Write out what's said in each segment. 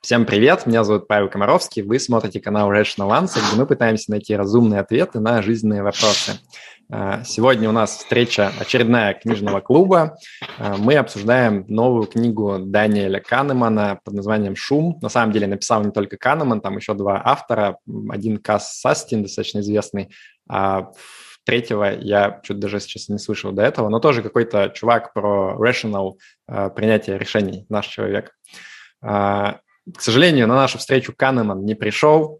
Всем привет, меня зовут Павел Комаровский, вы смотрите канал Rational Answer, где мы пытаемся найти разумные ответы на жизненные вопросы. Сегодня у нас встреча очередная книжного клуба. Мы обсуждаем новую книгу Даниэля Канемана под названием «Шум». На самом деле написал не только Канеман, там еще два автора. Один Кас Састин, достаточно известный, а третьего я что-то даже сейчас не слышал до этого, но тоже какой-то чувак про rational принятие решений, наш человек. К сожалению, на нашу встречу Канеман не пришел,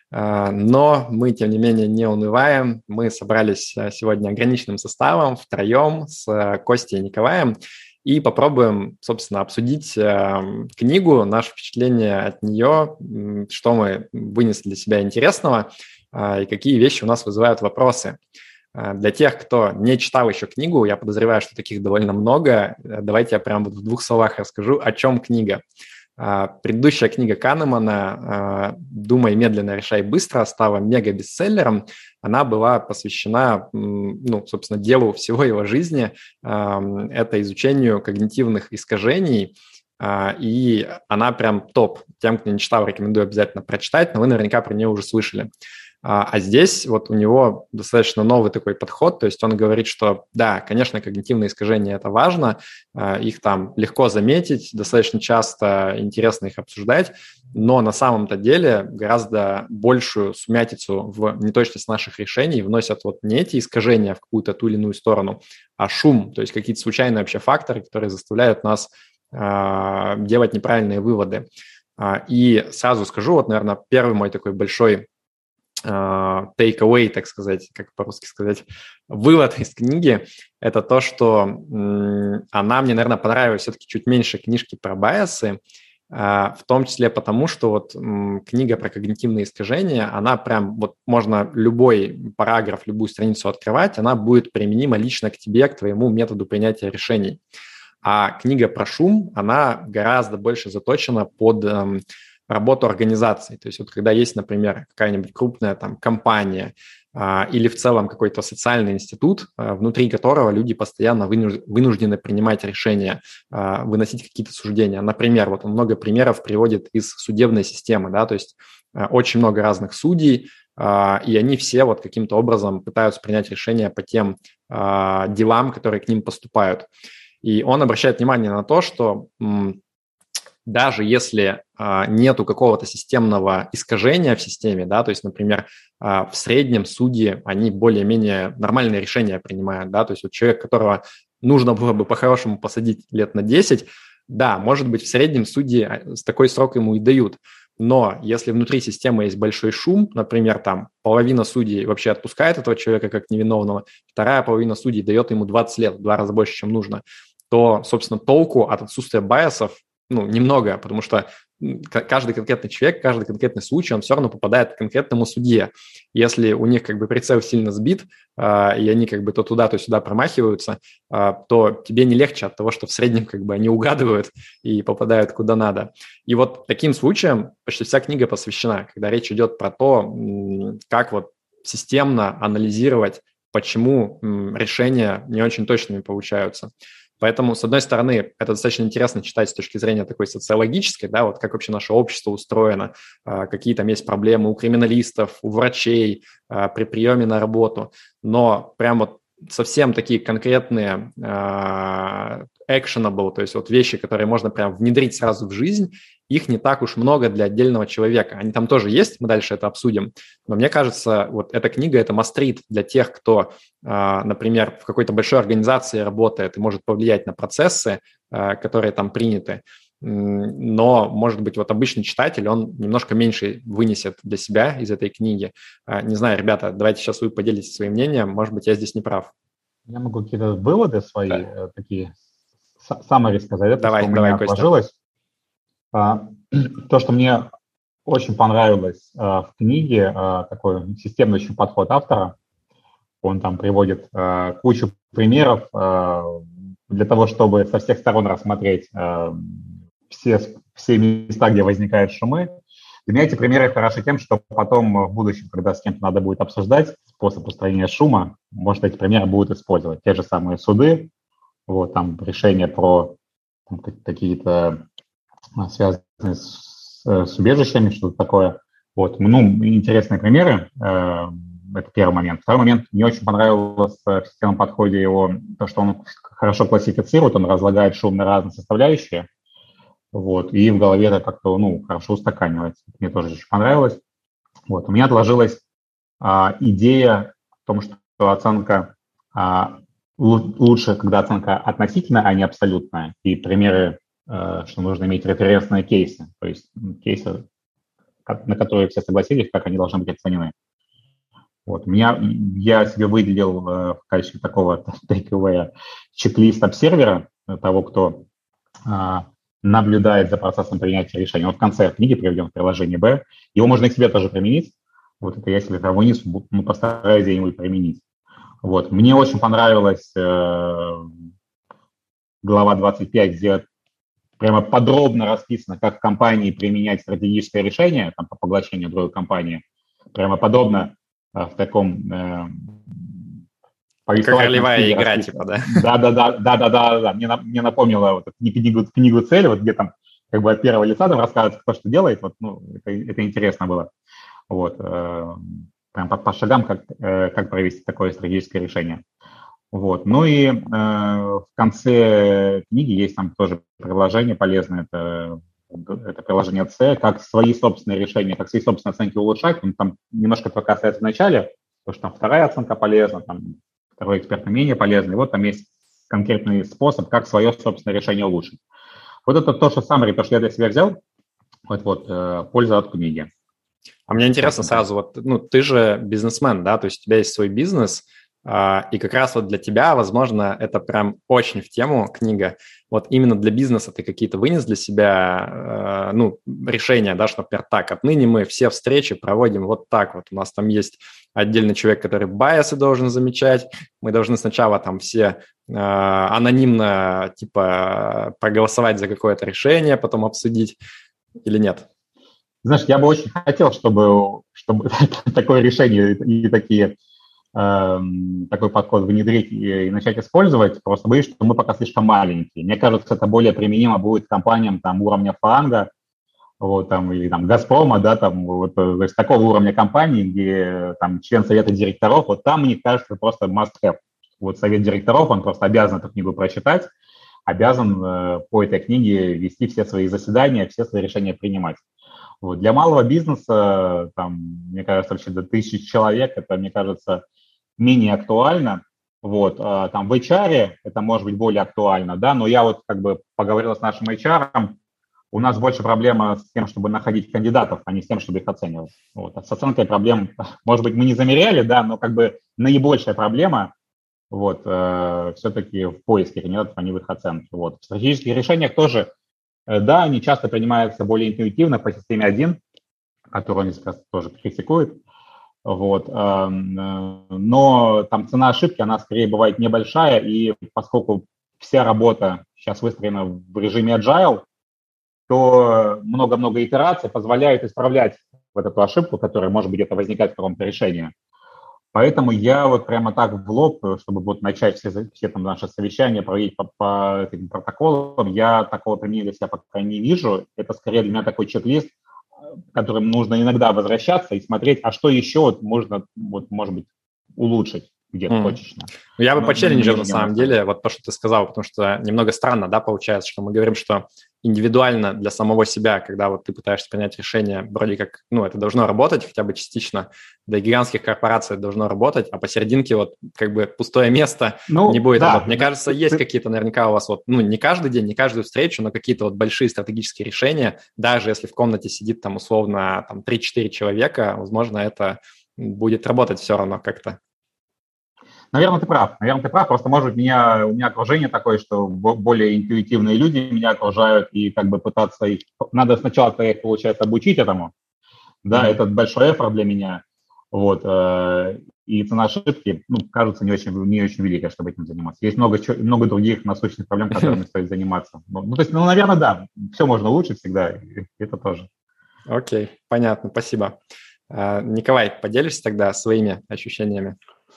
но мы, тем не менее, не унываем. Мы собрались сегодня ограниченным составом, втроем, с Костей и Николаем, и попробуем, собственно, обсудить книгу, наше впечатление от нее, что мы вынесли для себя интересного и какие вещи у нас вызывают вопросы. Для тех, кто не читал еще книгу, я подозреваю, что таких довольно много. Давайте я прямо в двух словах расскажу, о чем книга. Предыдущая книга Канемана «Думай медленно, решай быстро» стала мега-бестселлером. Она была посвящена, собственно, делу всего его жизни. Это изучению когнитивных искажений. И она прям топ. Тем, кто не читал, рекомендую обязательно прочитать, но вы наверняка про нее уже слышали. А здесь вот у него достаточно новый такой подход, то есть он говорит, что да, конечно, когнитивные искажения – это важно, их там легко заметить, достаточно часто интересно их обсуждать, но на самом-то деле гораздо большую сумятицу в неточность наших решений вносят вот не эти искажения в какую-то ту или иную сторону, а шум, то есть какие-то случайные вообще факторы, которые заставляют нас делать неправильные выводы. И сразу скажу, вот, наверное, первый мой такой большой take away, так сказать, как по-русски сказать, вывод из книги, это то, что она мне, наверное, понравилась все-таки чуть меньше книжки про байосы, в том числе потому, что вот книга про когнитивные искажения, она прям, вот можно любой параграф, любую страницу открывать, она будет применима лично к тебе, к твоему методу принятия решений. А книга про шум, она гораздо больше заточена под работу организации. То есть вот когда есть, например, какая-нибудь крупная там компания или в целом какой-то социальный институт, внутри которого люди постоянно вынуждены принимать решения, выносить какие-то суждения. Например, вот он много примеров приводит из судебной системы, да, то есть очень много разных судей, и они все вот каким-то образом пытаются принять решения по тем делам, которые к ним поступают. И он обращает внимание на то, что даже если нету какого-то системного искажения в системе, да, то есть, например, в среднем судьи, они более-менее нормальные решения принимают, да, то есть вот человек, которого нужно было бы по-хорошему посадить лет на 10, да, может быть, в среднем судьи с такой срок ему и дают, но если внутри системы есть большой шум, например, там половина судей вообще отпускает этого человека как невиновного, вторая половина судей дает ему 20 лет, в 2 раза больше, чем нужно, то, собственно, толку от отсутствия байосов немного, потому что каждый конкретный человек, каждый конкретный случай, он все равно попадает к конкретному судье. Если у них как бы прицел сильно сбит, и они как бы то туда, то сюда промахиваются, то тебе не легче от того, что в среднем как бы они угадывают и попадают куда надо. И вот таким случаям почти вся книга посвящена, когда речь идет про то, как вот системно анализировать, почему решения не очень точными получаются. Поэтому, с одной стороны, это достаточно интересно читать с точки зрения такой социологической, да, вот как вообще наше общество устроено, какие там есть проблемы у криминалистов, у врачей при приеме на работу, но прям вот совсем такие конкретные actionable, то есть вот вещи, которые можно прям внедрить сразу в жизнь, их не так уж много для отдельного человека. Они там тоже есть, мы дальше это обсудим, но мне кажется, вот эта книга – это must-read для тех, кто, например, в какой-то большой организации работает и может повлиять на процессы, которые там приняты, но, может быть, вот обычный читатель, он немножко меньше вынесет для себя из этой книги. Не знаю, ребята, давайте сейчас вы поделитесь своим мнением, может быть, я здесь не прав. Я могу какие-то выводы свои такие, summary сказать, это, давай, что у меня отложилось. То, что мне очень понравилось в книге, такой системный очень подход автора. Он там приводит кучу примеров для того, чтобы со всех сторон рассмотреть все места, где возникают шумы. Для меня эти примеры хороши тем, что потом в будущем, когда с кем-то надо будет обсуждать способ устранения шума, может, эти примеры будут использовать. Те же самые суды, вот там решения про какие-то связанные с с убежищами, что-то такое. Вот, ну, интересные примеры. Это первый момент. Второй момент, мне очень понравилось в системном подходе его, то, что он хорошо классифицирует, он разлагает шум на разные составляющие, вот, и в голове это как-то, ну, хорошо устаканивается. Мне тоже очень понравилось. Вот, у меня отложилась идея в том, что оценка лучше, когда оценка относительная, а не абсолютная. И примеры, что нужно иметь референсные кейсы, то есть кейсы, на которые все согласились, как они должны быть оценены. Вот. Я себе выделил в качестве такого takeaway чек-лист обсервера, того, кто наблюдает за процессом принятия решения. Он в конце книги приведен в приложении Б. Его можно и к себе тоже применить. Вот это я себе того вниз, постараюсь где-нибудь применить. Вот. Мне очень понравилась глава 25, где прямо подробно расписано, как в компании применять стратегическое решение там, по поглощению другой компании. Прямо подробно в таком как ролевая игра, типа, да? Да. Мне напомнило вот эту книгу «Цели», вот где там как бы от первого лица там рассказывается, кто что делает. Вот, ну, это интересно было. Вот. Прям по шагам, как провести такое стратегическое решение. Вот. Ну и в конце книги есть там тоже приложение полезное, это приложение С, как свои собственные решения, как свои собственные оценки улучшать. Он там немножко только касается в начале, потому что там вторая оценка полезна, там второе экспертное мнение полезно, и вот там есть конкретный способ, как свое собственное решение улучшить. Вот это то, что summary, то, что я для себя взял, вот польза от книги. А мне интересно сразу, вот, ну, ты же бизнесмен, да, то есть у тебя есть свой бизнес, и как раз вот для тебя, возможно, это прям очень в тему книга. Вот именно для бизнеса ты какие-то вынес для себя, ну, решения, да, что, например, так, отныне мы все встречи проводим вот так вот. У нас там есть отдельный человек, который байосы должен замечать. Мы должны сначала там все анонимно, типа, проголосовать за какое-то решение, потом обсудить или нет? Знаешь, я бы очень хотел, чтобы такое решение и такой подход внедрить и начать использовать, просто боюсь, что мы пока слишком маленькие. Мне кажется, это более применимо будет компаниям там уровня Фанга, вот, там, или там Газпрома, да, там, вот, то есть такого уровня компании, где там член совета директоров, вот там, мне кажется, просто must-have. Вот совет директоров, он просто обязан эту книгу прочитать, обязан по этой книге вести все свои заседания, все свои решения принимать. Вот. Для малого бизнеса, там, мне кажется, вообще до 1000 человек, это, мне кажется, менее актуально. Вот. Там в HR это может быть более актуально, да, но я вот как бы поговорил с нашим HR, у нас больше проблема с тем, чтобы находить кандидатов, а не с тем, чтобы их оценивать. Вот. А с оценкой проблем, может быть, мы не замеряли, да, но как бы наибольшая проблема вот, все-таки в поиске кандидатов, а не в их оценке. Вот. В стратегических решениях тоже, да, они часто принимаются более интуитивно по системе 1, которую они сейчас тоже критикуют. Вот. Но там цена ошибки, она скорее бывает небольшая, и поскольку вся работа сейчас выстроена в режиме agile, то много-много итераций позволяют исправлять вот эту ошибку, которая может где-то возникать в каком-то решении. Поэтому я вот прямо так в лоб, чтобы вот начать все там наши совещания проводить по этим протоколам, я такого применения для себя пока не вижу. Это скорее для меня такой чек-лист, к которым нужно иногда возвращаться и смотреть, а что еще вот можно, вот, может быть, улучшить где-то точечно. Я бы почелленджил на самом деле вот то, что ты сказал, потому что немного странно, да, получается, что мы говорим, что индивидуально для самого себя, когда вот ты пытаешься принять решение, вроде как, ну, это должно работать хотя бы частично, для гигантских корпораций это должно работать, а посерединке вот как бы пустое место не будет работать. Мне кажется, есть какие-то наверняка у вас вот, ну, не каждый день, не каждую встречу, но какие-то вот большие стратегические решения, даже если в комнате сидит там условно там 3-4 человека, возможно, это будет работать все равно как-то. Наверное, ты прав. Просто, может быть, у меня окружение такое, что более интуитивные люди меня окружают, и как бы пытаться их... Надо сначала, получается, обучить этому. Да, это большой эффорт для меня. Вот. И цена ошибки, ну, кажется, не очень великая, чтобы этим заниматься. Есть много других насущных проблем, которыми стоит заниматься. Ну, то есть, ну, наверное, да, все можно улучшить всегда, и это тоже. Окей, понятно, спасибо. Николай, поделишься тогда своими ощущениями?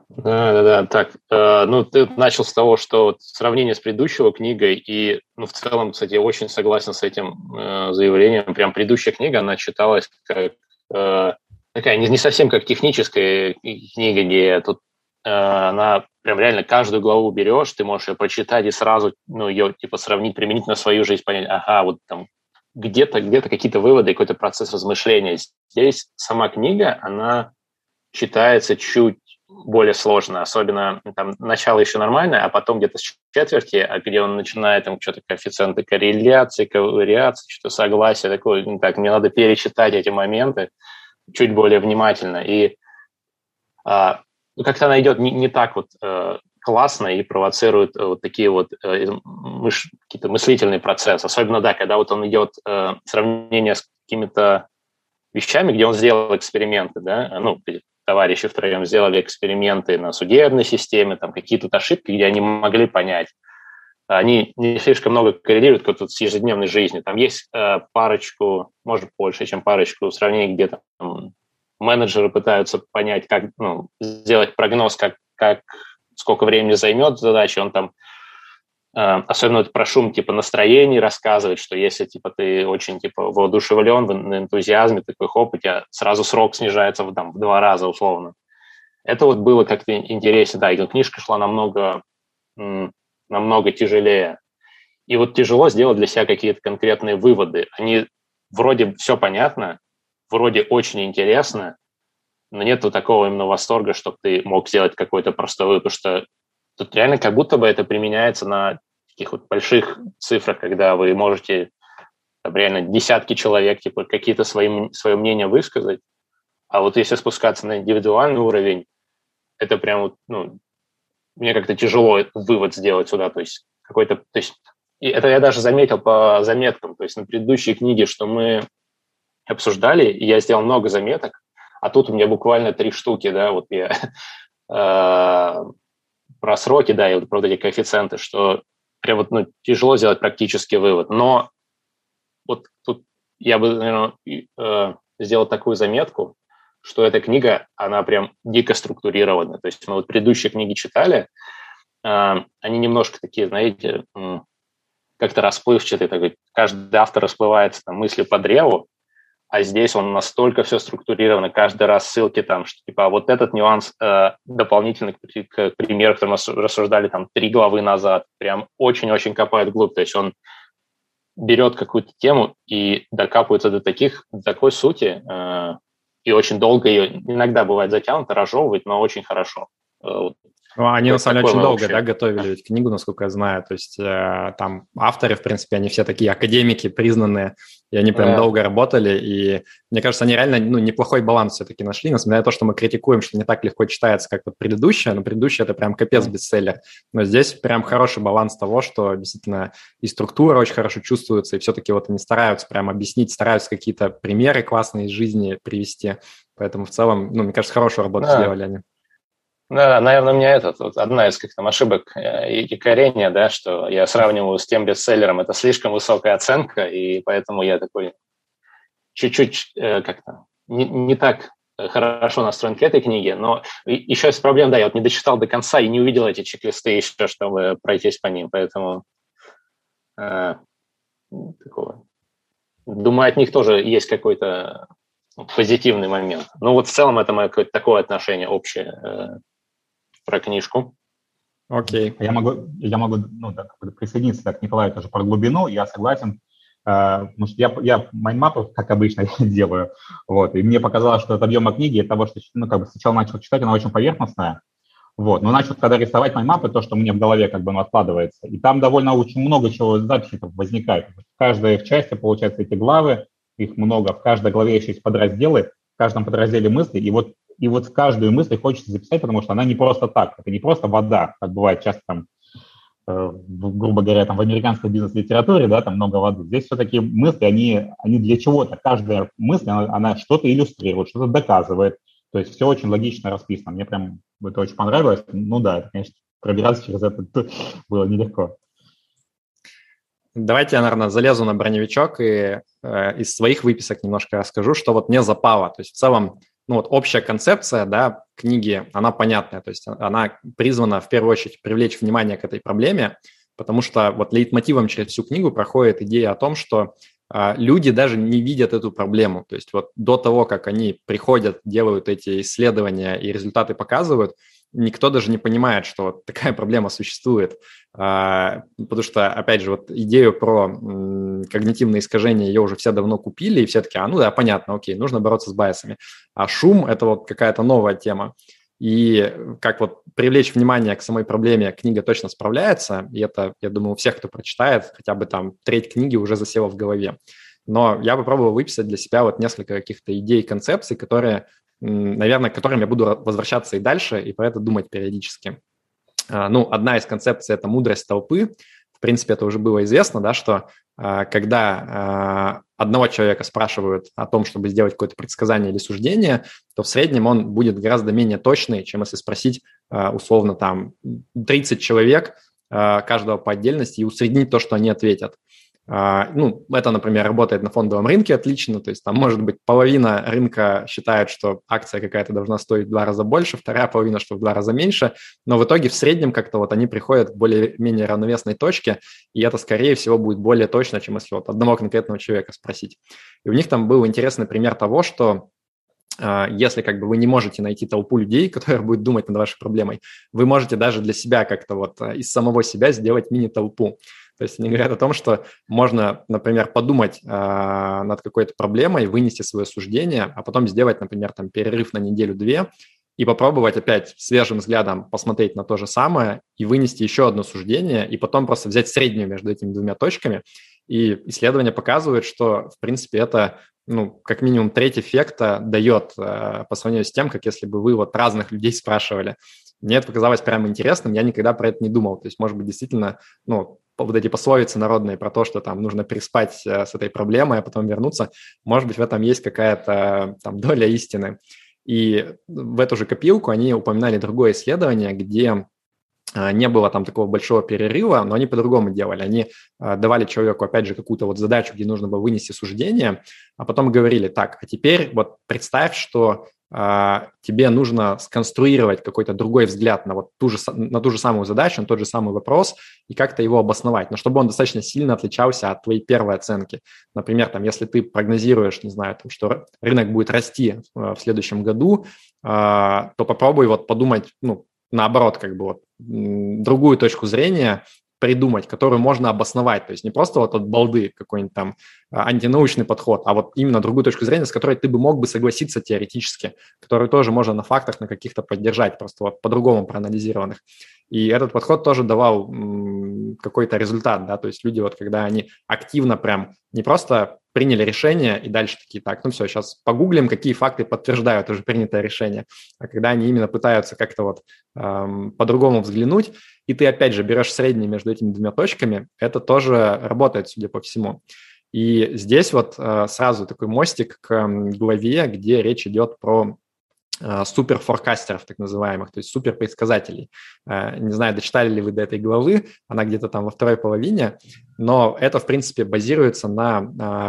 Да. Так, ты начал с того, что вот сравнение с предыдущей книгой, и, в целом, кстати, я очень согласен с этим заявлением. Прям предыдущая книга, она читалась как такая, не совсем как техническая книга, где тут она прям реально каждую главу берешь, ты можешь ее прочитать и сразу, ее типа сравнить применительно свою жизнь, понять, ага, вот там где-то какие-то выводы, какой-то процесс размышления. Здесь сама книга, она читается чуть более сложно, особенно там начало еще нормальное, а потом где-то с четверти, где он начинает там что-то коэффициенты корреляции, ковариации, что-то согласия, такое, так, мне надо перечитать эти моменты чуть более внимательно. И как-то она идет не так вот классно и провоцирует вот такие вот какие-то мыслительные процессы. Особенно, да, когда вот он идет сравнение с какими-то вещами, где он сделал эксперименты, да, товарищи втроем сделали эксперименты на судебной системе, там какие-то ошибки, где они могли понять. Они не слишком много коррелируют как-то с ежедневной жизнью. Там есть парочку, может, больше, чем парочку сравнений, где там менеджеры пытаются понять, как сделать прогноз, как сколько времени займет задача. Он там особенно вот про шум типа настроений рассказывает, что если типа ты очень типа воодушевлен, на энтузиазме, такой хоп, у тебя сразу срок снижается в 2 раза условно. Это вот было как-то интересно, да, и книжка шла намного тяжелее. И вот тяжело сделать для себя какие-то конкретные выводы. Они вроде все понятно, вроде очень интересно, но нету такого именно восторга, чтобы ты мог сделать какой-то простой вывод, потому что тут реально как будто бы это применяется на таких вот больших цифрах, когда вы можете там, реально десятки человек типа какие-то свое мнение высказать, а вот если спускаться на индивидуальный уровень, это прям мне как-то тяжело вывод сделать сюда, то есть и это я даже заметил по заметкам, то есть на предыдущей книге, что мы обсуждали, и я сделал много заметок, а тут у меня буквально 3 штуки, да, вот я про сроки, да, и вот про эти коэффициенты, что прям вот тяжело сделать практический вывод. Но вот тут я бы, наверное, сделал такую заметку, что эта книга, она прям дико структурирована. То есть мы вот предыдущие книги читали, они немножко такие, знаете, как-то расплывчатые. Такой, каждый автор расплывается там, мыслью по древу, а здесь он настолько все структурировано, каждый раз ссылки там, что типа вот этот нюанс дополнительно к примеру, который мы рассуждали там 3 главы назад, прям очень-очень копает вглубь, то есть он берет какую-то тему и докапывается до такой сути, и очень долго ее, иногда бывает затянуто, разжевывает, но очень хорошо. Они, на самом деле, очень долго, да, готовили ведь книгу, насколько я знаю. То есть там авторы, в принципе, они все такие академики признанные, и они прям долго работали. И мне кажется, они реально неплохой баланс все-таки нашли, несмотря на то, что мы критикуем, что не так легко читается, как вот предыдущая, но предыдущая – это прям капец бестселлер. Но здесь прям хороший баланс того, что действительно и структура очень хорошо чувствуется, и все-таки вот они стараются прям объяснить, стараются какие-то примеры классные из жизни привести. Поэтому в целом, мне кажется, хорошую работу сделали они. Да, наверное, у меня одна из как-то ошибок и корения, да, что я сравниваю с тем бестселлером, это слишком высокая оценка, и поэтому я такой чуть-чуть как-то не так хорошо настроен к этой книге, но еще есть проблема, да, я вот не дочитал до конца и не увидел эти чек-листы еще, чтобы пройтись по ним, поэтому такого. Думаю, от них тоже есть какой-то позитивный момент. Ну вот в целом это мое какое-то такое отношение общее про книжку. Окей. Я могу присоединиться к Николаю тоже про глубину. Я согласен, потому что я майндмапы, как обычно, делаю. Вот, и мне показалось, что от объема книги, от того, что сначала начал читать, она очень поверхностная. Вот, но начал, когда рисовать майндмапы, то, что мне в голове откладывается. И там довольно очень много чего записей возникает. В каждой их части, получается, эти главы, их много. В каждой главе еще есть подразделы, в каждом подразделе мысли. И вот в каждую мысль хочется записать, потому что она не просто так. Это не просто вода, как бывает часто там, грубо говоря, там в американской бизнес-литературе, да, там много воды. Здесь все-таки мысли, они для чего-то. Каждая мысль, она что-то иллюстрирует, что-то доказывает. То есть все очень логично расписано. Мне прям это очень понравилось. Ну да, это, конечно, пробираться через это было нелегко. Давайте я, наверное, залезу на броневичок и из своих выписок немножко расскажу, что вот мне запало. То есть в целом ну вот общая концепция, да, книги, она понятная, то есть она призвана в первую очередь привлечь внимание к этой проблеме, потому что вот лейтмотивом через всю книгу проходит идея о том, что люди даже не видят эту проблему. То есть вот до того, как они приходят, делают эти исследования и результаты показывают, никто даже не понимает, что вот такая проблема существует. Потому что, опять же, вот идею про когнитивные искажения ее уже все давно купили, и все таки, ну да, понятно, окей, нужно бороться с байсами. А шум – это вот какая-то новая тема. И как вот привлечь внимание к самой проблеме книга точно справляется, и это, я думаю, у всех, кто прочитает, хотя бы там треть книги уже засела в голове. Но я попробовал выписать для себя вот несколько каких-то идей, концепций, которые, наверное, к которым я буду возвращаться и дальше, и про это думать периодически. Ну, одна из концепций – это мудрость толпы. В принципе, это уже было известно, да, что когда одного человека спрашивают о том, чтобы сделать какое-то предсказание или суждение, то в среднем он будет гораздо менее точный, чем если спросить условно там 30 человек, каждого по отдельности, и усреднить то, что они ответят. Ну, это, например, работает на фондовом рынке отлично, то есть там, может быть, половина рынка считает, что акция какая-то должна стоить в 2 раза больше, вторая половина, что в 2 раза меньше, но в итоге в среднем как-то вот они приходят к более-менее равновесной точке, и это, скорее всего, будет более точно, чем если вот одного конкретного человека спросить. И у них там был интересный пример того, что если как бы вы не можете найти толпу людей, которая будет думать над вашей проблемой, вы можете даже для себя как-то вот из самого себя сделать мини-толпу. То есть они говорят о том, что можно, например, подумать над какой-то проблемой, вынести свое суждение, а потом сделать, например, там перерыв на неделю-две и попробовать опять свежим взглядом посмотреть на то же самое и вынести еще одно суждение, и потом просто взять среднюю между этими двумя точками. И исследования показывают, что, в принципе, это, ну, как минимум треть эффекта дает по сравнению с тем, как если бы вы вот разных людей спрашивали. Мне это показалось прямо интересным, я никогда про это не думал. То есть, может быть, действительно, ну, вот эти пословицы народные про то, что там нужно переспать с этой проблемой, а потом вернуться, может быть, в этом есть какая-то там доля истины. И в эту же копилку они упоминали другое исследование, где не было там такого большого перерыва, но они по-другому делали. Они давали человеку, опять же, какую-то вот задачу, где нужно было вынести суждение, а потом говорили, так, а теперь вот представь, что тебе нужно сконструировать какой-то другой взгляд на, вот на ту же самую задачу, на тот же самый вопрос и как-то его обосновать, но чтобы он достаточно сильно отличался от твоей первой оценки. Например, там, если ты прогнозируешь, не знаю, там, что рынок будет расти в следующем году, то попробуй вот подумать, ну, наоборот, как бы вот другую точку зрения придумать, которую можно обосновать. То есть не просто вот от балды какой-нибудь там антинаучный подход, а вот именно другую точку зрения, с которой ты бы мог бы согласиться теоретически, которую тоже можно на фактах на каких-то поддержать, просто вот по-другому проанализированных. И этот подход тоже давал какой-то результат, да, то есть люди вот когда они активно прям не просто приняли решение и дальше такие, так, ну все, сейчас погуглим, какие факты подтверждают уже принятое решение, а когда они именно пытаются как-то вот по-другому взглянуть, и ты опять же берешь средний между этими двумя точками, это тоже работает, судя по всему. И здесь вот сразу такой мостик к главе, где речь идет про суперфоркастеров, так называемых, то есть суперпредсказателей. Не знаю, дочитали ли вы до этой главы, она где-то там во второй половине, но это, в принципе, базируется на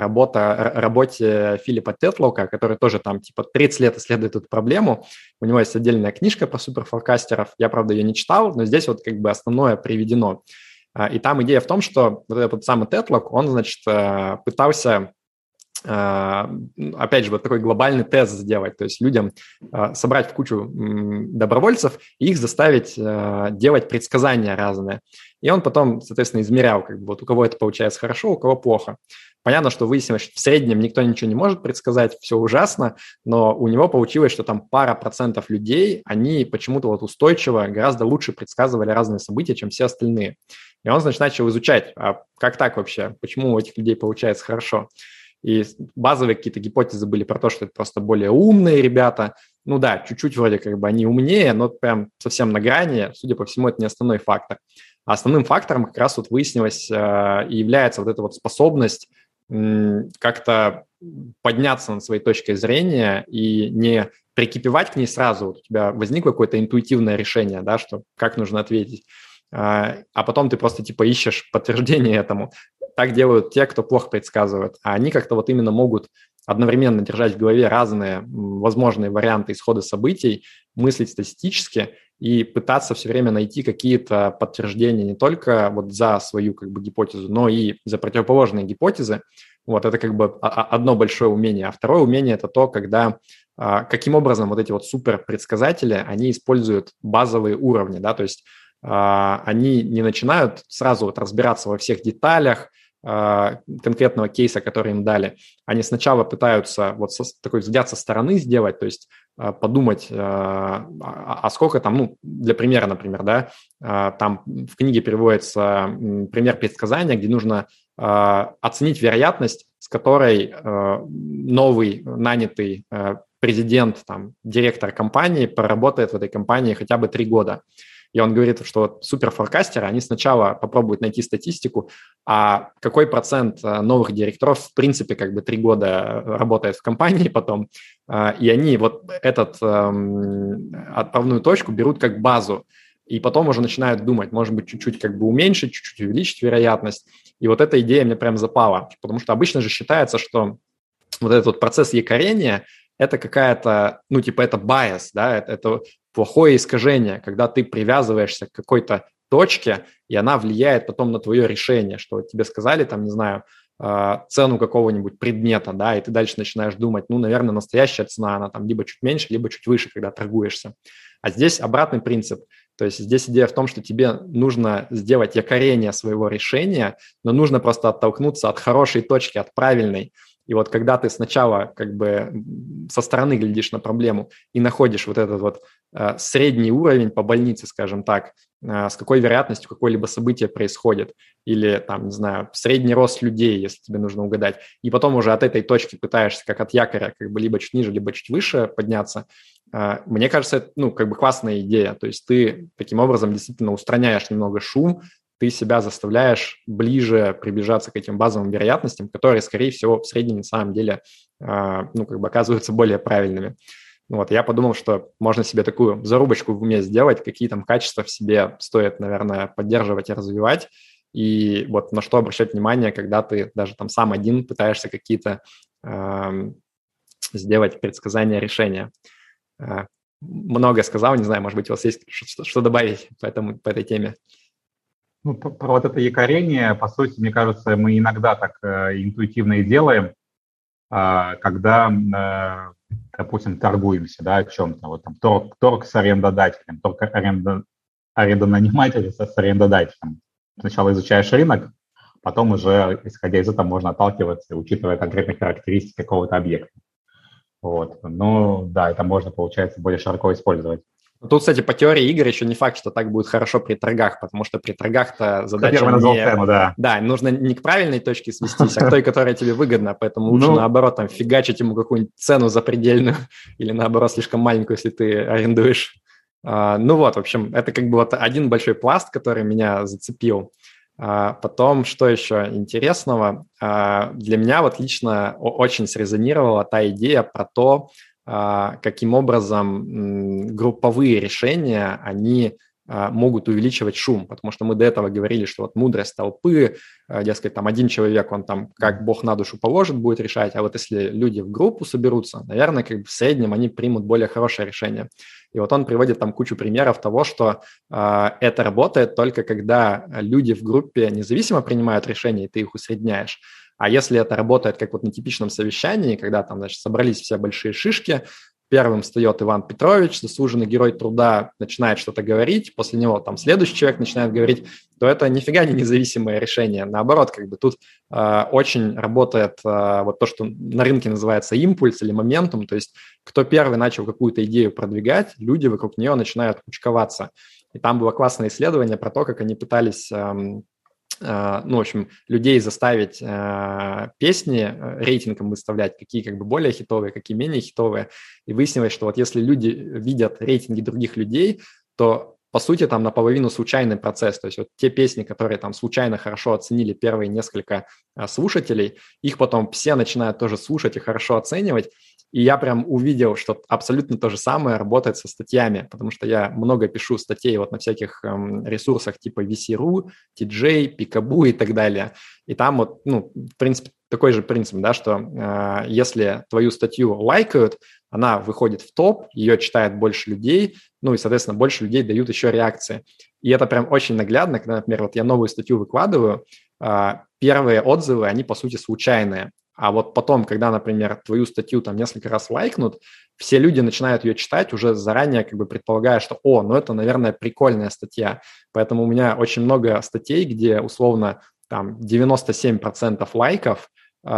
работе Филиппа Тетлока, который тоже там типа 30 лет исследует эту проблему. У него есть отдельная книжка про суперфоркастеров, я, правда, ее не читал, но здесь вот как бы основное приведено. И там идея в том, что вот этот самый Тетлок, он, значит, пытался опять же, вот такой глобальный тест сделать, то есть людям собрать в кучу добровольцев и их заставить делать предсказания разные. И он потом, соответственно, измерял, как бы, вот у кого это получается хорошо, у кого плохо. Понятно, что выяснилось, что в среднем никто ничего не может предсказать, все ужасно, но у него получилось, что там пара процентов людей, они почему-то вот устойчиво гораздо лучше предсказывали разные события, чем все остальные. И он, значит, начал изучать, а как так вообще, почему у этих людей получается хорошо. И базовые какие-то гипотезы были про то, что это просто более умные ребята. Ну да, чуть-чуть вроде как бы они умнее, но прям совсем на грани. Судя по всему, это не основной фактор. А основным фактором как раз вот выяснилось и является вот эта вот способность как-то подняться над своей точкой зрения и не прикипевать к ней сразу. Вот у тебя возникло какое-то интуитивное решение, да, что как нужно ответить. А потом ты просто типа ищешь подтверждение этому. Так делают те, кто плохо предсказывает. А они как-то вот именно могут одновременно держать в голове разные возможные варианты исхода событий, мыслить статистически и пытаться все время найти какие-то подтверждения не только вот за свою как бы гипотезу, но и за противоположные гипотезы. Вот это как бы одно большое умение. А второе умение – это то, когда каким образом вот эти вот суперпредсказатели, они используют базовые уровни, да, то есть они не начинают сразу вот разбираться во всех деталях конкретного кейса, который им дали. Они сначала пытаются вот такой взгляд со стороны сделать, то есть подумать, а сколько там, ну, для примера, например, да, там в книге приводится пример предсказания, где нужно оценить вероятность, с которой новый нанятый президент, там, директор компании проработает в этой компании хотя бы 3 года. И он говорит, что вот суперфоркастеры, они сначала попробуют найти статистику, а какой процент новых директоров в принципе как бы 3 года работает в компании потом, и они вот эту отправную точку берут как базу, и потом уже начинают думать, может быть, чуть-чуть как бы уменьшить, чуть-чуть увеличить вероятность. И вот эта идея мне прям запала, потому что обычно же считается, что вот этот вот процесс якорения – это какая-то, ну, типа это bias, да, это плохое искажение, когда ты привязываешься к какой-то точке, и она влияет потом на твое решение, что тебе сказали, там, не знаю, цену какого-нибудь предмета, да, и ты дальше начинаешь думать, ну, наверное, настоящая цена, она там либо чуть меньше, либо чуть выше, когда торгуешься. А здесь обратный принцип. То есть здесь идея в том, что тебе нужно сделать якорение своего решения, но нужно просто оттолкнуться от хорошей точки, от правильной. И вот когда ты сначала как бы со стороны глядишь на проблему и находишь вот этот вот средний уровень по больнице, скажем так, с какой вероятностью какое-либо событие происходит, или там, не знаю, средний рост людей, если тебе нужно угадать, и потом уже от этой точки пытаешься как от якоря как бы либо чуть ниже, либо чуть выше подняться, мне кажется, это, ну, как бы классная идея. То есть ты таким образом действительно устраняешь немного шум, ты себя заставляешь ближе приближаться к этим базовым вероятностям, которые, скорее всего, в среднем на самом деле, ну, как бы оказываются более правильными. Вот, я подумал, что можно себе такую зарубочку в уме сделать, какие там качества в себе стоит, наверное, поддерживать и развивать, и вот на что обращать внимание, когда ты даже там сам один пытаешься какие-то сделать предсказания, решения. Много сказал, не знаю, может быть, у вас есть что добавить по этой теме? Ну, про вот это якорение, по сути, мне кажется, мы иногда так интуитивно и делаем, когда, допустим, торгуемся, да, о чем-то. Вот там торг с арендодателем, торг арендонанимателя с арендодателем. Сначала изучаешь рынок, потом уже, исходя из этого, можно отталкиваться, учитывая конкретные характеристики какого-то объекта. Вот. Ну, да, это можно, получается, более широко использовать. Тут, кстати, по теории игр еще не факт, что так будет хорошо при торгах, потому что при торгах-то задача цену, да. Да, нужно не к правильной точке свестись, а к той, которая тебе выгодна, поэтому лучше, наоборот, там, фигачить ему какую-нибудь цену запредельную или, наоборот, слишком маленькую, если ты арендуешь. Ну вот, в общем, это как бы вот один большой пласт, который меня зацепил. Потом, что еще интересного, для меня вот лично очень срезонировала та идея про то, каким образом групповые решения, они могут увеличивать шум, потому что мы до этого говорили, что вот мудрость толпы, дескать, там один человек, он там как Бог на душу положит, будет решать, а вот если люди в группу соберутся, наверное, как бы в среднем они примут более хорошее решение. И вот он приводит там кучу примеров того, что это работает только когда люди в группе независимо принимают решения, и ты их усредняешь. А если это работает как вот на типичном совещании, когда там, значит, собрались все большие шишки, первым встает Иван Петрович, заслуженный герой труда, начинает что-то говорить, после него там следующий человек начинает говорить, то это нифига не независимое решение. Наоборот, как бы тут очень работает вот то, что на рынке называется импульс или моментум, то есть кто первый начал какую-то идею продвигать, люди вокруг нее начинают кучковаться. И там было классное исследование про то, как они пытались... ну, в общем, людей заставить песни рейтингом выставлять, какие как бы более хитовые, какие менее хитовые. И выяснилось, что вот если люди видят рейтинги других людей, то, по сути, там наполовину случайный процесс. То есть вот те песни, которые там случайно хорошо оценили первые несколько слушателей, их потом все начинают тоже слушать и хорошо оценивать. И я прям увидел, что абсолютно то же самое работает со статьями, потому что я много пишу статей вот на всяких ресурсах типа VC.ru, TJ, Picaboo и так далее. И там вот, ну, в принципе, такой же принцип, да, что если твою статью лайкают, она выходит в топ, ее читает больше людей, ну и, соответственно, больше людей дают еще реакции. И это прям очень наглядно, когда, например, вот я новую статью выкладываю, первые отзывы, они, по сути, случайные. А вот потом, когда, например, твою статью там несколько раз лайкнут, все люди начинают ее читать, уже заранее как бы предполагая, что, ну это, наверное, прикольная статья. Поэтому у меня очень много статей, где условно там 97% лайков,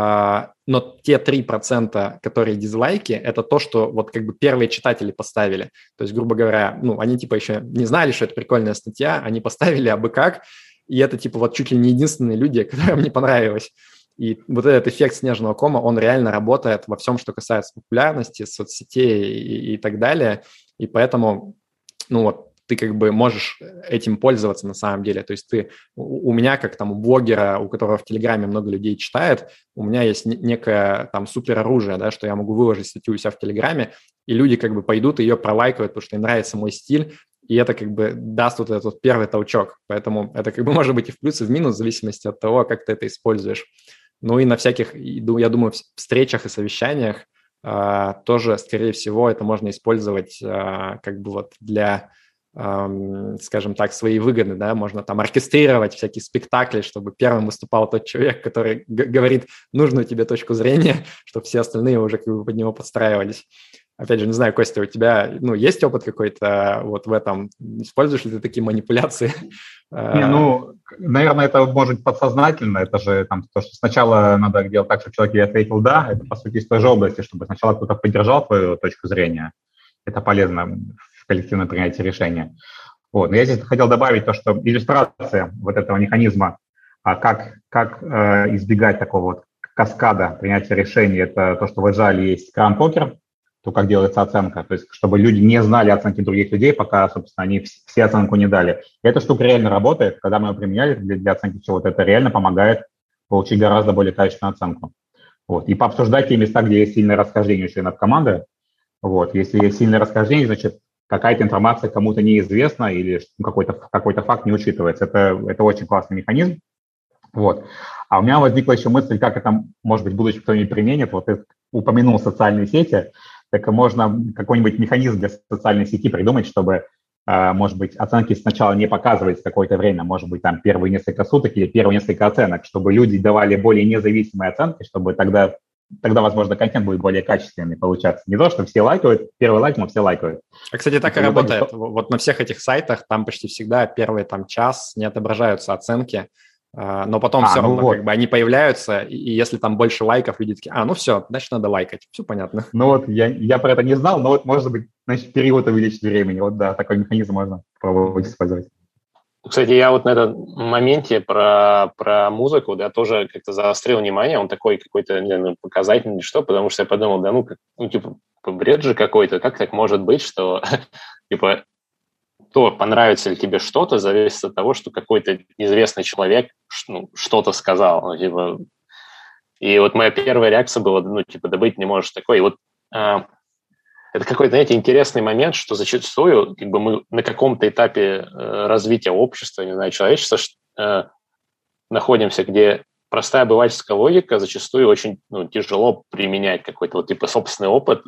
но те 3%, которые дизлайки, это то, что вот как бы первые читатели поставили. То есть, грубо говоря, ну, они типа еще не знали, что это прикольная статья, они поставили абы как, и это типа вот чуть ли не единственные люди, которым не понравилось. И вот этот эффект снежного кома, он реально работает во всем, что касается популярности, соцсетей и так далее. И поэтому, ну вот, ты как бы можешь этим пользоваться на самом деле. То есть у меня, как там у блогера, у которого в Телеграме много людей читает, у меня есть некое там супероружие, да, что я могу выложить статью у себя в Телеграме, и люди как бы пойдут и ее пролайкают, потому что им нравится мой стиль, и это как бы даст вот этот вот первый толчок. Поэтому это как бы может быть и в плюс, и в минус, в зависимости от того, как ты это используешь. Ну и на всяких, я думаю, встречах и совещаниях тоже, скорее всего, это можно использовать как бы вот для, скажем так, своей выгоды, да, можно там оркестрировать всякие спектакли, чтобы первым выступал тот человек, который говорит нужную тебе точку зрения, чтобы все остальные уже как бы под него подстраивались. Опять же, не знаю, Костя, у тебя, ну, есть опыт какой-то вот в этом? Используешь ли ты такие манипуляции? Не, ну, наверное, это может быть подсознательно. Это же там то, что сначала надо делать так, чтобы человек тебе ответил «да». Это, по сути, из той же области, чтобы сначала кто-то поддержал твою точку зрения. Это полезно в коллективном принятии решения. Вот. Но я здесь хотел добавить то, что иллюстрация вот этого механизма, как избегать такого вот каскада принятия решений, это то, что в Agile есть кран-покер, то, как делается оценка, то есть чтобы люди не знали оценки других людей, пока, собственно, они все оценку не дали. И эта штука реально работает, когда мы ее применяли для оценки чего-то, это реально помогает получить гораздо более качественную оценку. Вот. И пообсуждать те места, где есть сильное расхождение у членов команды. Вот. Если есть сильное расхождение, значит, какая-то информация кому-то неизвестна или какой-то факт не учитывается. Это очень классный механизм. Вот. А у меня возникла еще мысль, как это, может быть, в будущем кто-нибудь применит. Вот ты упомянул социальные сети. Так можно какой-нибудь механизм для социальной сети придумать, чтобы, может быть, оценки сначала не показывать какое-то время, может быть, там первые несколько суток или первые несколько оценок, чтобы люди давали более независимые оценки, чтобы тогда, возможно, контент будет более качественный получаться. Не то, что все лайкают, первый лайк, но все лайкают. А, кстати, так и работает. Вот на всех этих сайтах там почти всегда первый там час не отображаются оценки, но потом все равно вот. Как бы они появляются, и если там больше лайков, люди такие, ну все, значит, надо лайкать, все понятно. Ну вот, я про это не знал, но вот, может быть, значит, период увеличить времени, вот да, такой механизм можно пробовать использовать. Кстати, я вот на этом моменте про музыку, да, тоже как-то заострил внимание, он такой какой-то, не знаю, показательный или что, потому что я подумал, типа, бред же какой-то, как так может быть, что, типа, то, понравится ли тебе что-то, зависит от того, что какой-то известный человек что-то сказал. Типа. И вот моя первая реакция была, да быть не можешь такой. И вот это какой-то, знаете, интересный момент, что зачастую как бы мы на каком-то этапе развития общества, не знаю, человечества находимся, где простая обывательская логика зачастую очень тяжело применять какой-то вот типа собственный опыт,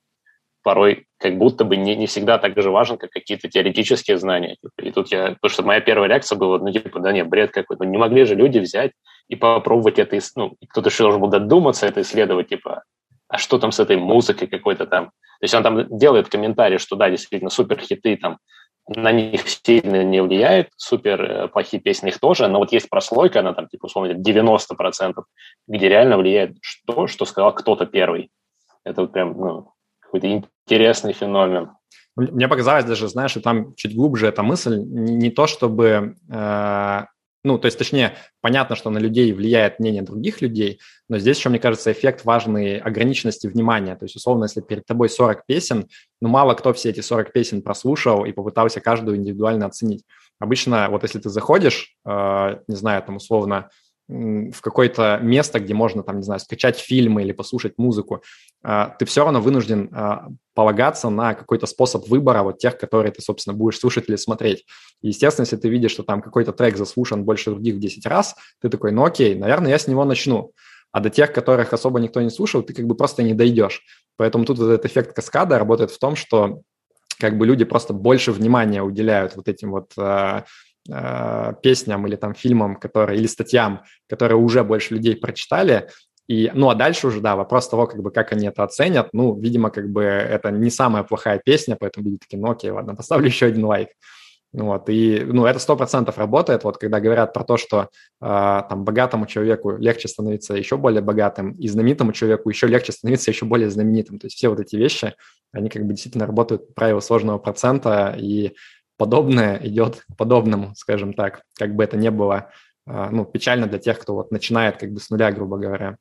порой как будто бы не всегда так же важен, как какие-то теоретические знания. И тут потому что моя первая реакция была, бред какой-то. Не могли же люди взять и попробовать это, кто-то еще должен был додуматься это исследовать, а что там с этой музыкой какой-то там. То есть он там делает комментарий, что да, действительно, суперхиты там на них сильно не влияет, супер плохие песни их тоже, но вот есть прослойка, она там, условно, 90%, где реально влияет что сказал кто-то первый. Это вот прям, какой-то интересный феномен. Мне показалось даже, знаешь, что там чуть глубже эта мысль, не то чтобы, то есть, точнее, понятно, что на людей влияет мнение других людей, но здесь еще, мне кажется, эффект важной ограниченности внимания. То есть, условно, если перед тобой 40 песен, мало кто все эти 40 песен прослушал и попытался каждую индивидуально оценить. Обычно, вот если ты заходишь, не знаю, там, условно, в какое-то место, где можно, там, не знаю, скачать фильмы или послушать музыку, ты все равно вынужден полагаться на какой-то способ выбора вот тех, которые ты, собственно, будешь слушать или смотреть. И, естественно, если ты видишь, что там какой-то трек заслушан больше других в 10 раз, ты такой, ну окей, наверное, я с него начну. А до тех, которых особо никто не слушал, ты как бы просто не дойдешь. Поэтому тут вот этот эффект каскада работает в том, что как бы люди просто больше внимания уделяют вот этим вот песням или там фильмам, которые, или статьям, которые уже больше людей прочитали. И, ну, а дальше уже, да, вопрос того, как бы, как они это оценят. Ну, видимо, как бы это не самая плохая песня, поэтому люди такие, ну, окей, ладно, поставлю еще один лайк. Вот, и, ну, это 100% работает, вот, когда говорят про то, что там богатому человеку легче становиться еще более богатым, и знаменитому человеку еще легче становиться еще более знаменитым. То есть все вот эти вещи, они как бы действительно работают по правилу сложного процента, и подобное идет к подобному, скажем так, как бы это не было, ну, печально для тех, кто вот начинает как бы с нуля, грубо говоря.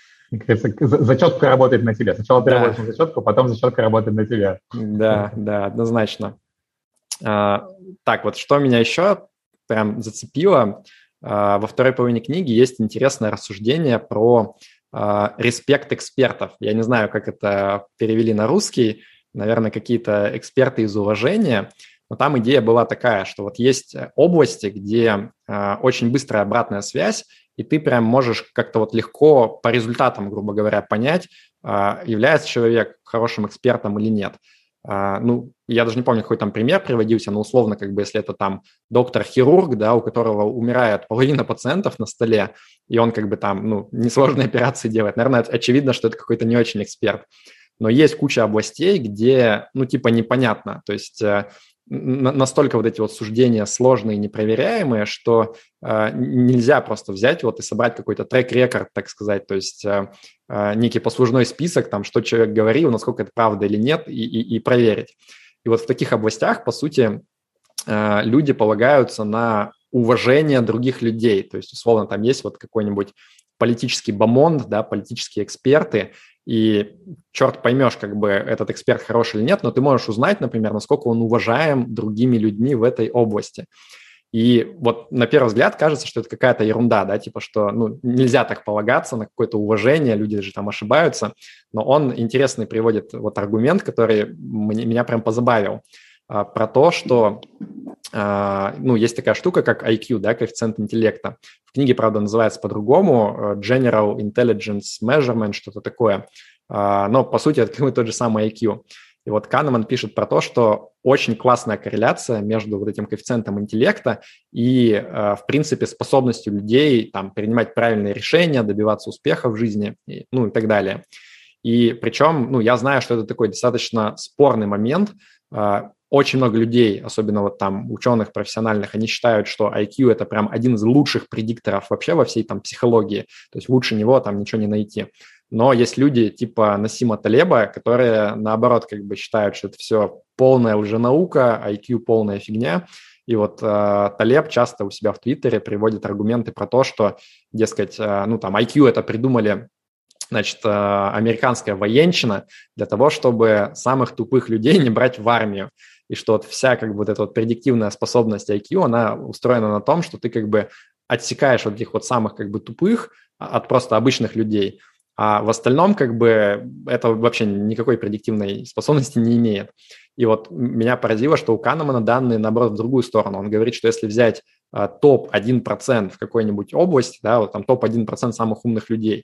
Зачетка работает на тебя. Сначала ты работаешь на зачетку, потом зачетка работает на тебя. Да, да, однозначно. Так, вот что меня еще прям зацепило, во второй половине книги есть интересное рассуждение про респект экспертов. Я не знаю, как это перевели на русский, наверное, какие-то эксперты из уважения, но там идея была такая, что вот есть области, где очень быстрая обратная связь, и ты прям можешь как-то вот легко по результатам, грубо говоря, понять, является человек хорошим экспертом или нет. Ну, я даже не помню, какой там пример приводился, но условно, как бы, если это там доктор-хирург, да, у которого умирает половина пациентов на столе, и он как бы там, ну, несложные операции делает, наверное, очевидно, что это какой-то не очень эксперт. Но есть куча областей, где, ну, типа непонятно, то есть настолько вот эти вот суждения сложные и непроверяемые, что нельзя просто взять вот и собрать какой-то трек-рекорд, так сказать, то есть некий послужной список, там, что человек говорил, насколько это правда или нет, и проверить. И вот в таких областях, по сути, люди полагаются на уважение других людей, то есть, условно, там есть вот какой-нибудь политический бомонд, да, политические эксперты, и черт поймешь, как бы этот эксперт хороший или нет, но ты можешь узнать, например, насколько он уважаем другими людьми в этой области. И вот на первый взгляд кажется, что это какая-то ерунда, да, типа что, ну, нельзя так полагаться на какое-то уважение, люди же там ошибаются, но он интересный приводит вот аргумент, который меня прям позабавил, про то, что, ну, есть такая штука, как IQ, да, коэффициент интеллекта. В книге, правда, называется по-другому, General Intelligence Measurement, что-то такое, но, по сути, это тот же самый IQ. И вот Канеман пишет про то, что очень классная корреляция между вот этим коэффициентом интеллекта и, в принципе, способностью людей там, принимать правильные решения, добиваться успеха в жизни, ну и так далее. И причем, ну, я знаю, что это такой достаточно спорный момент. Очень много людей, особенно вот там ученых профессиональных, они считают, что IQ – это прям один из лучших предикторов вообще во всей там психологии, то есть лучше него там ничего не найти. Но есть люди типа Насима Талеба, которые, наоборот, как бы считают, что это все полная лженаука, IQ полная фигня. И вот Талеб часто у себя в Твиттере приводит аргументы про то, что, дескать, ну там IQ это придумали, значит, американская военщина для того, чтобы самых тупых людей не брать в армию. И что вот вся как бы вот эта вот предиктивная способность IQ, она устроена на том, что ты как бы отсекаешь вот этих вот самых как бы тупых от просто обычных людей. А в остальном как бы это вообще никакой предиктивной способности не имеет. И вот меня поразило, что у Канемана данные, наоборот, в другую сторону. Он говорит, что если взять топ-1% в какой-нибудь области, да, вот там топ-1% самых умных людей,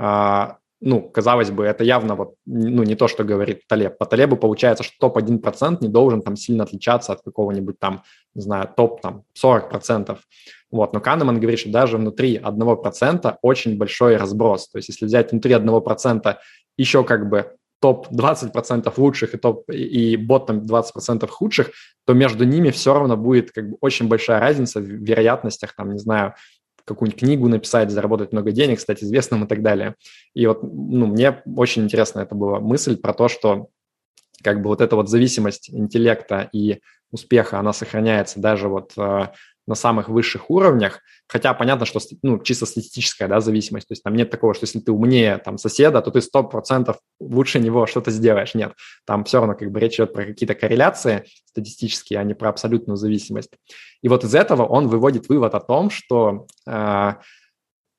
ну, казалось бы, это явно вот, ну, не то, что говорит Талеб. По Талебу получается, что топ-1% не должен там сильно отличаться от какого-нибудь там, не знаю, топ-40%. Вот, но Канеман говорит, что даже внутри 1% очень большой разброс. То есть если взять внутри 1% еще как бы топ-20% лучших и ботом 20% худших, то между ними все равно будет как бы очень большая разница в вероятностях, там, не знаю, какую-нибудь книгу написать, заработать много денег, стать известным и так далее. И вот, ну, мне очень интересна это была мысль про то, что как бы вот эта вот зависимость интеллекта и успеха, она сохраняется даже вот на самых высших уровнях, хотя понятно, что, ну, чисто статистическая, да, зависимость, то есть там нет такого, что если ты умнее там соседа, то ты 100% лучше него что-то сделаешь, нет, там все равно как бы речь идет про какие-то корреляции статистические, а не про абсолютную зависимость. И вот из этого он выводит вывод о том, что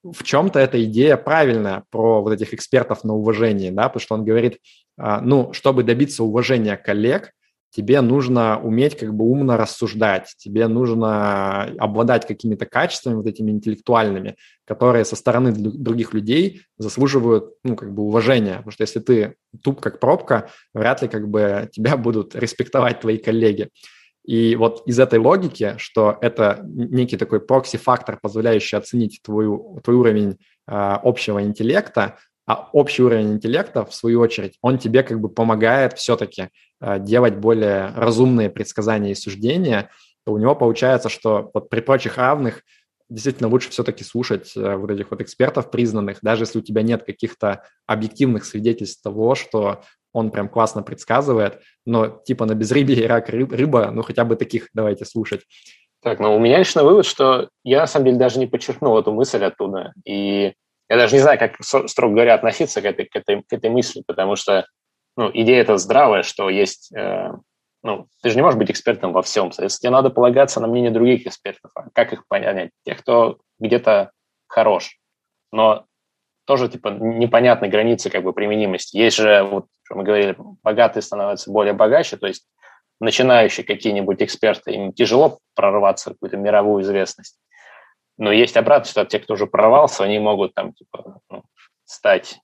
в чем-то эта идея правильная про вот этих экспертов на уважение, да, потому что он говорит, ну, чтобы добиться уважения коллег, тебе нужно уметь как бы умно рассуждать, тебе нужно обладать какими-то качествами вот этими интеллектуальными, которые со стороны других людей заслуживают, ну, как бы уважения. Потому что если ты туп как пробка, вряд ли как бы тебя будут респектовать твои коллеги. И вот из этой логики, что это некий такой прокси-фактор, позволяющий оценить твой уровень общего интеллекта, а общий уровень интеллекта, в свою очередь, он тебе как бы помогает все-таки делать более разумные предсказания и суждения, то у него получается, что вот при прочих равных действительно лучше все-таки слушать вот этих вот экспертов признанных, даже если у тебя нет каких-то объективных свидетельств того, что он прям классно предсказывает, но типа на безрыбье и рак рыба, ну хотя бы таких давайте слушать. Так, ну у меня лично вывод, что я на самом деле даже не подчеркнул эту мысль оттуда, и я даже не знаю, как, строго говоря, относиться к этой мысли, потому что ну, идея-то здравая, что есть... ну, ты же не можешь быть экспертом во всем. Соответственно, тебе надо полагаться на мнение других экспертов. А как их понять? Тех, кто где-то хорош. Но тоже типа непонятны границы как бы применимости. Есть же, вот, что мы говорили, богатые становятся более богаче, то есть начинающие какие-нибудь эксперты, им тяжело прорваться в какую-то мировую известность. Но есть обратная ситуация, те, кто уже прорвался, они могут там типа стать...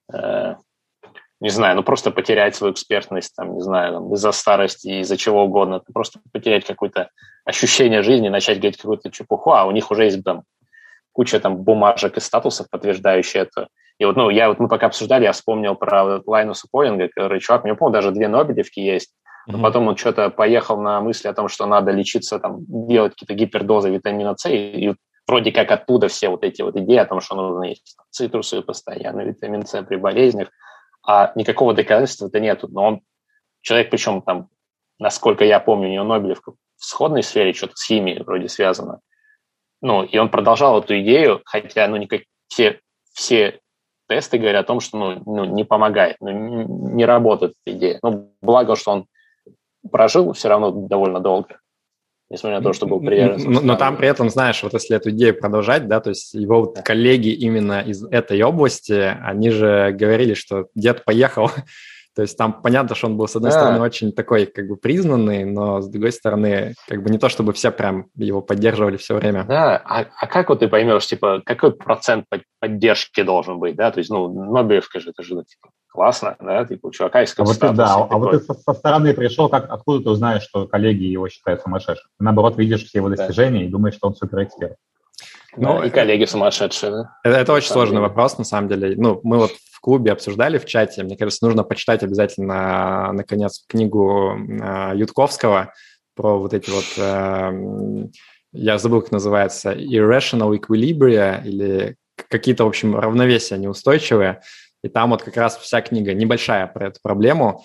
не знаю, ну просто потерять свою экспертность, там, не знаю, там, из-за старости, из-за чего угодно, просто потерять какое-то ощущение жизни, начать говорить какую-то чепуху, а у них уже есть там куча там бумажек и статусов, подтверждающих это. И вот, ну, мы пока обсуждали, я вспомнил про Лайнуса Полинга, который чувак, у него, по-моему, даже 2 Нобелевки есть, но потом он что-то поехал на мысли о том, что надо лечиться, там, делать какие-то гипердозы витамина С, и вроде как оттуда все вот эти вот идеи о том, что нужно есть цитрусы постоянно, витамин С при болезнях, а никакого доказательства-то нету. Но он человек, причем там, насколько я помню, у него Нобелевка в сходной сфере, что-то с химией вроде связано. Ну, и он продолжал эту идею, хотя, ну, все тесты говорят о том, что, ну не помогает, не работает эта идея. Ну, благо, что он прожил все равно довольно долго, несмотря на то, что был приверженцем. Но там при этом, знаешь, вот если эту идею продолжать, да, то есть его вот коллеги именно из этой области, они же говорили, что дед поехал, то есть там понятно, что он был, с одной стороны, очень такой как бы признанный, но с другой стороны, как бы не то, чтобы все прям его поддерживали все время. Да, а как вот ты поймешь, типа, какой процент поддержки должен быть, да, то есть, ну, Нобелевка же, это же, типа, классно, да, типа, у чувака есть какой-то статус. Да, а вот ты со стороны пришел, откуда ты узнаешь, что коллеги его считают сумасшедшим? Ты, наоборот, видишь все его достижения и думаешь, что он суперэксперт. Ну, и коллеги сумасшедшие, да? Это очень сложный вопрос, на самом деле. Ну, мы вот в клубе обсуждали в чате. Мне кажется, нужно почитать обязательно, наконец, книгу Ютковского про вот эти вот, я забыл, как называется, irrational equilibria или какие-то, в общем, равновесия неустойчивые. И там вот как раз вся книга небольшая про эту проблему.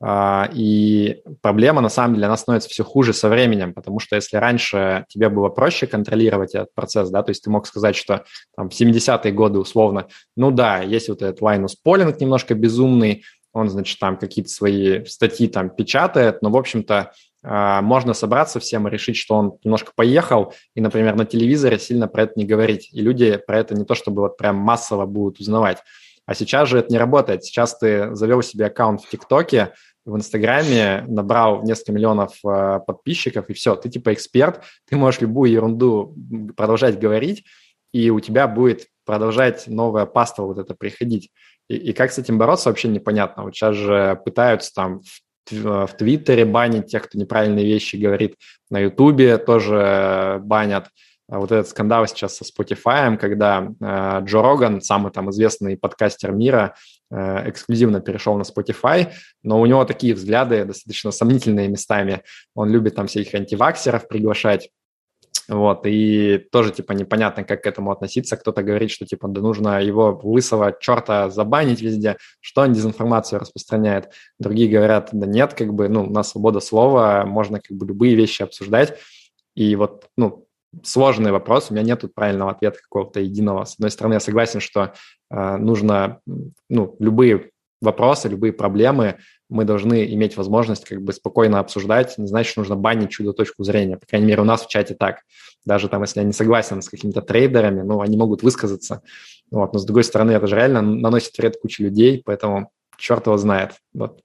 И проблема, на самом деле, она становится все хуже со временем, потому что если раньше тебе было проще контролировать этот процесс, да, то есть ты мог сказать, что там в 70-е годы условно, ну да, есть вот этот Лайнус Полинг немножко безумный, он, значит, там какие-то свои статьи там печатает, но, в общем-то, можно собраться всем и решить, что он немножко поехал, и, например, на телевизоре сильно про это не говорить, и люди про это не то чтобы вот прям массово будут узнавать. А сейчас же это не работает. Сейчас ты завел себе аккаунт в ТикТоке, в Инстаграме, набрал несколько миллионов подписчиков, и все, ты типа эксперт, ты можешь любую ерунду продолжать говорить, и у тебя будет продолжать новая паства вот это приходить. И как с этим бороться, вообще непонятно. Вот сейчас же пытаются там в Твиттере банить тех, кто неправильные вещи говорит, на Ютубе тоже банят. Вот этот скандал сейчас со Spotify, когда Джо Роган, самый там известный подкастер мира, эксклюзивно перешел на Spotify, но у него такие взгляды достаточно сомнительные местами. Он любит там всяких антиваксеров приглашать. Вот, и тоже, типа, непонятно, как к этому относиться. Кто-то говорит, что, типа, да нужно его лысого черта забанить везде, что он дезинформацию распространяет. Другие говорят, да нет, как бы, ну, у нас свобода слова, можно как бы любые вещи обсуждать. И вот, ну, сложный вопрос, у меня нет тут правильного ответа какого-то единого. С одной стороны, я согласен, что нужно, ну, любые вопросы, любые проблемы мы должны иметь возможность как бы спокойно обсуждать, не значит, что нужно банить чью-то точку зрения. По крайней мере, у нас в чате так. Даже там, если я не согласен с какими-то трейдерами, ну, они могут высказаться. Вот. Но, с другой стороны, это же реально наносит вред куче людей, поэтому черт его знает. Вот.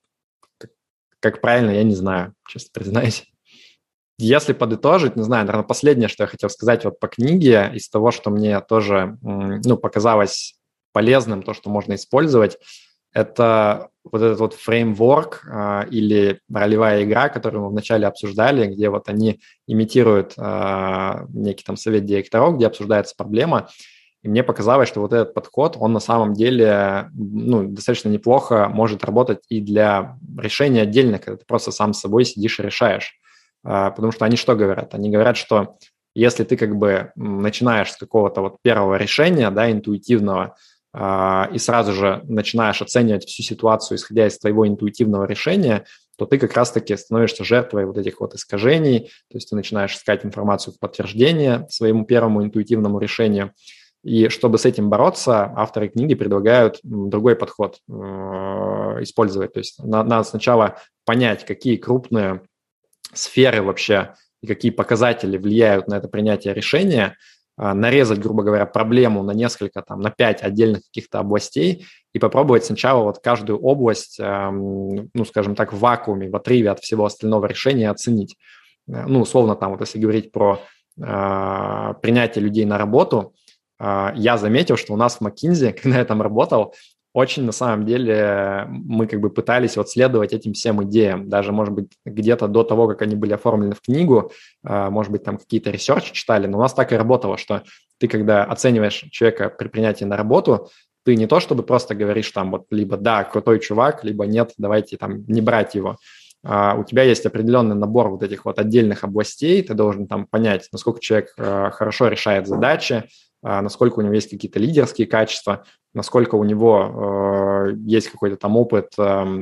Как правильно, я не знаю, честно признаюсь. Если подытожить, не знаю, наверное, последнее, что я хотел сказать вот по книге, из того, что мне тоже показалось полезным, то, что можно использовать, это вот этот вот фреймворк или ролевая игра, которую мы вначале обсуждали, где вот они имитируют некий там совет директоров, где обсуждается проблема. И мне показалось, что вот этот подход, он на самом деле достаточно неплохо может работать и для решения отдельно, когда ты просто сам с собой сидишь и решаешь. Потому что они что говорят? Они говорят, что если ты как бы начинаешь с какого-то вот первого решения, да, интуитивного, и сразу же начинаешь оценивать всю ситуацию, исходя из твоего интуитивного решения, то ты как раз-таки становишься жертвой вот этих вот искажений, то есть ты начинаешь искать информацию в подтверждение своему первому интуитивному решению. И чтобы с этим бороться, авторы книги предлагают другой подход использовать. То есть надо сначала понять, какие крупные сферы вообще и какие показатели влияют на это принятие решения, нарезать, грубо говоря, проблему на несколько, там, на 5 отдельных каких-то областей и попробовать сначала вот каждую область, скажем так, в вакууме, в отрыве от всего остального решения оценить. Условно, там, вот если говорить про принятие людей на работу, я заметил, что у нас в McKinsey, когда я там работал, очень, на самом деле, мы как бы пытались вот следовать этим всем идеям, даже, может быть, где-то до того, как они были оформлены в книгу, может быть, там какие-то ресерчи читали, но у нас так и работало, что ты, когда оцениваешь человека при принятии на работу, ты не то чтобы просто говоришь там вот либо да, крутой чувак, либо нет, давайте там не брать его. У тебя есть определенный набор вот этих вот отдельных областей, ты должен там понять, насколько человек хорошо решает задачи, насколько у него есть какие-то лидерские качества, насколько у него есть какой-то там опыт,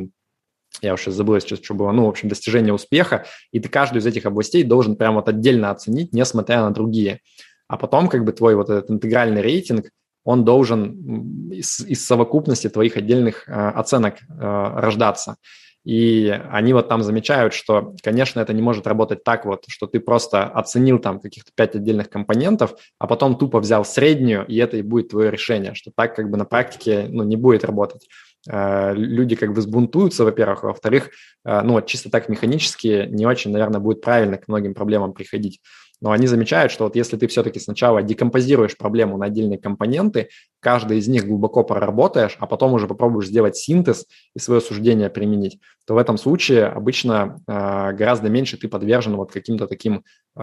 я уже забыл сейчас, что было, в общем, достижение успеха, и ты каждую из этих областей должен прям вот отдельно оценить, несмотря на другие. А потом как бы твой вот этот интегральный рейтинг, он должен из совокупности твоих отдельных оценок рождаться. И они вот там замечают, что, конечно, это не может работать так вот, что ты просто оценил там каких-то 5 отдельных компонентов, а потом тупо взял среднюю, и это и будет твое решение, что так как бы на практике не будет работать. Люди как бы взбунтуются, во-первых, а во-вторых, чисто так механически не очень, наверное, будет правильно к многим проблемам приходить. Но они замечают, что вот если ты все-таки сначала декомпозируешь проблему на отдельные компоненты, каждый из них глубоко проработаешь, а потом уже попробуешь сделать синтез и свое суждение применить, то в этом случае обычно гораздо меньше ты подвержен вот каким-то таким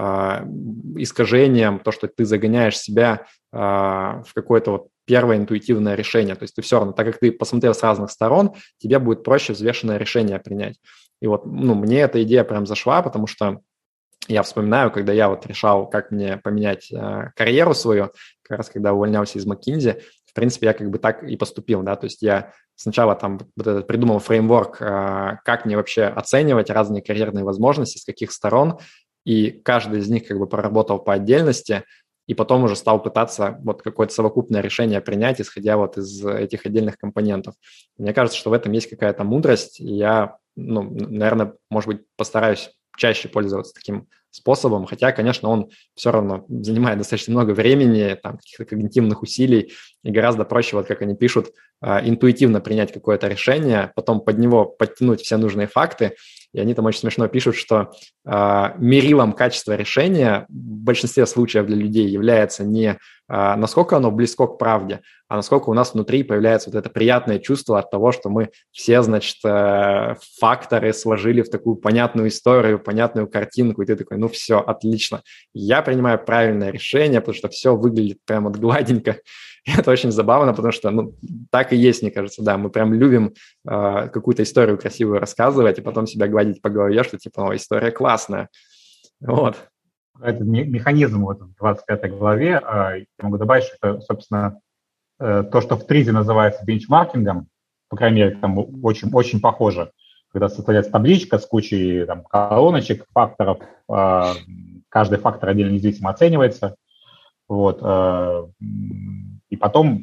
искажениям, то, что ты загоняешь себя в какое-то вот первое интуитивное решение. То есть ты все равно, так как ты посмотрел с разных сторон, тебе будет проще взвешенное решение принять. И вот мне эта идея прям зашла, потому что я вспоминаю, когда я вот решал, как мне поменять карьеру свою, как раз когда увольнялся из McKinsey, в принципе, я как бы так и поступил, да, то есть я сначала там вот этот придумал фреймворк, как мне вообще оценивать разные карьерные возможности, с каких сторон, и каждый из них как бы проработал по отдельности, и потом уже стал пытаться вот какое-то совокупное решение принять, исходя вот из этих отдельных компонентов. Мне кажется, что в этом есть какая-то мудрость, и я, наверное, может быть, постараюсь чаще пользоваться таким способом, хотя, конечно, он все равно занимает достаточно много времени, там, каких-то когнитивных усилий, и гораздо проще, вот как они пишут, интуитивно принять какое-то решение, потом под него подтянуть все нужные факты, и они там очень смешно пишут, что мерилом качества решения в большинстве случаев для людей является не насколько оно близко к правде, а насколько у нас внутри появляется вот это приятное чувство от того, что мы все, значит, факторы сложили в такую понятную историю, понятную картинку, и ты такой, все, отлично. Я принимаю правильное решение, потому что все выглядит прям вот гладенько. И это очень забавно, потому что, так и есть, мне кажется, да, мы прям любим какую-то историю красивую рассказывать, и потом себя гладить по голове, что типа, история классная. Вот. Это механизм вот в 25 главе. Я могу добавить, что это, собственно, то, что в ТРИЗе называется бенчмаркингом, по крайней мере, там очень, очень похоже, когда составляется табличка с кучей там, колоночек, факторов, каждый фактор отдельно независимо оценивается, вот, и потом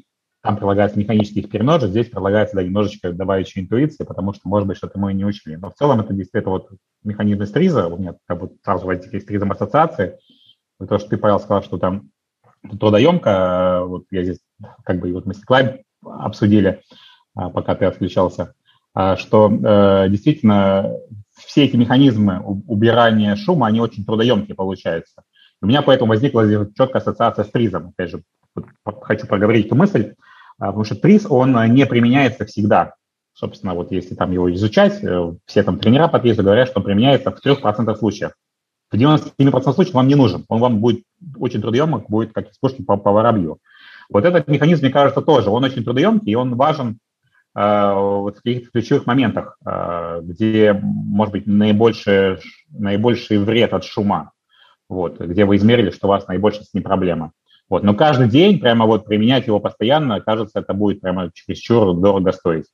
там предлагается механически их перемножить, здесь предлагается немножечко добавить еще интуиции, потому что, может быть, что-то мы не учли. Но в целом это действительно вот механизм стриза, у меня как бы сразу возникли стризом ассоциации. И то, что ты, Павел, сказал, что там трудоемко, вот я здесь как бы вот мы с Николаем обсудили, пока ты отключался, что действительно все эти механизмы убирания шума, они очень трудоемкие получаются. У меня поэтому возникла здесь четкая ассоциация с тризом. Опять же, хочу проговорить эту мысль, потому что триз, он не применяется всегда. Собственно, вот если там его изучать, все там тренера по тризу говорят, что он применяется в 3% случаев. В 97% случаев вам не нужен. Он вам будет очень трудоемок, будет как из пушки по воробью. Вот этот механизм, мне кажется, тоже. Он очень трудоемкий, и он важен вот в каких-то ключевых моментах, где, может быть, наибольший вред от шума, вот, где вы измерили, что у вас наибольшая с ним проблема. Вот. Но каждый день прямо вот применять его постоянно, кажется, это будет прямо чересчур дорого стоить.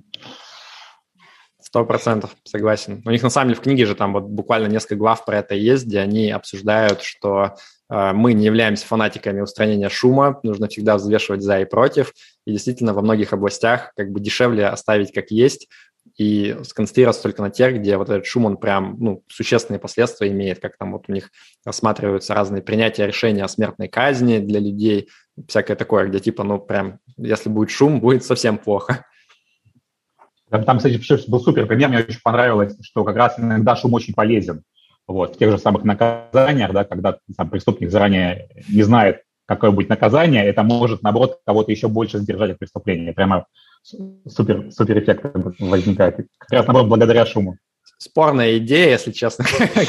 100% согласен. У них на самом деле в книге же там вот буквально несколько глав про это есть, где они обсуждают, что мы не являемся фанатиками устранения шума, нужно всегда взвешивать за и против, и действительно во многих областях как бы дешевле оставить как есть и сконцентрироваться только на тех, где вот этот шум, он прям, существенные последствия имеет, как там вот у них рассматриваются разные принятия решения о смертной казни для людей, всякое такое, где типа, прям, если будет шум, будет совсем плохо. Там, кстати, был супер пример, мне очень понравилось, что как раз иногда шум очень полезен. Вот, в тех же самых наказаниях, да, когда сам преступник заранее не знает, какое будет наказание, это может, наоборот, кого-то еще больше сдержать от преступления. Прямо супер эффект возникает. Как раз, наоборот, благодаря шуму. Спорная идея, если честно.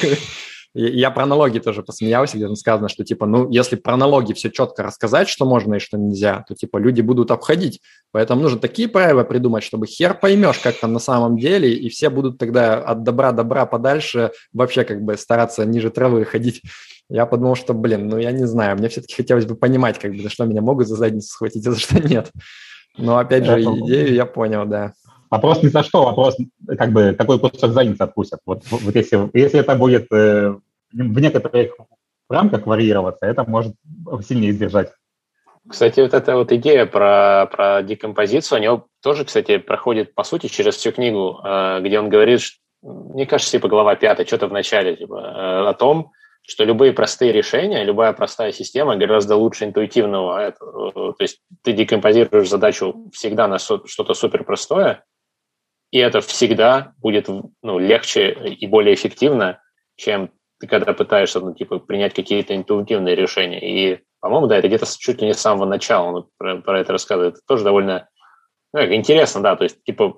Я про налоги тоже посмеялся, где там сказано, что типа, если про налоги все четко рассказать, что можно и что нельзя, то типа люди будут обходить. Поэтому нужно такие правила придумать, чтобы хер поймешь, как там на самом деле, и все будут тогда от добра подальше вообще как бы стараться ниже травы ходить. Я подумал, что, я не знаю, мне все-таки хотелось бы понимать, как бы, за что меня могут за задницу схватить, а за что нет. Но опять же, идею я понял, да. Вопрос не за что, вопрос, как бы, какой кусок задницы отпустят. Вот если это будет в некоторых рамках варьироваться, это может сильнее сдержать. Кстати, вот эта вот идея про декомпозицию, у него тоже, кстати, проходит, по сути, через всю книгу, где он говорит, что, мне кажется, типа глава 5, что-то в начале, типа, о том, что любые простые решения, любая простая система гораздо лучше интуитивного. То есть ты декомпозируешь задачу всегда на что-то суперпростое, и это всегда будет легче и более эффективно, чем ты когда пытаешься принять какие-то интуитивные решения. И, по-моему, да, это где-то чуть ли не с самого начала он про это рассказывает. Это тоже довольно интересно, да, то есть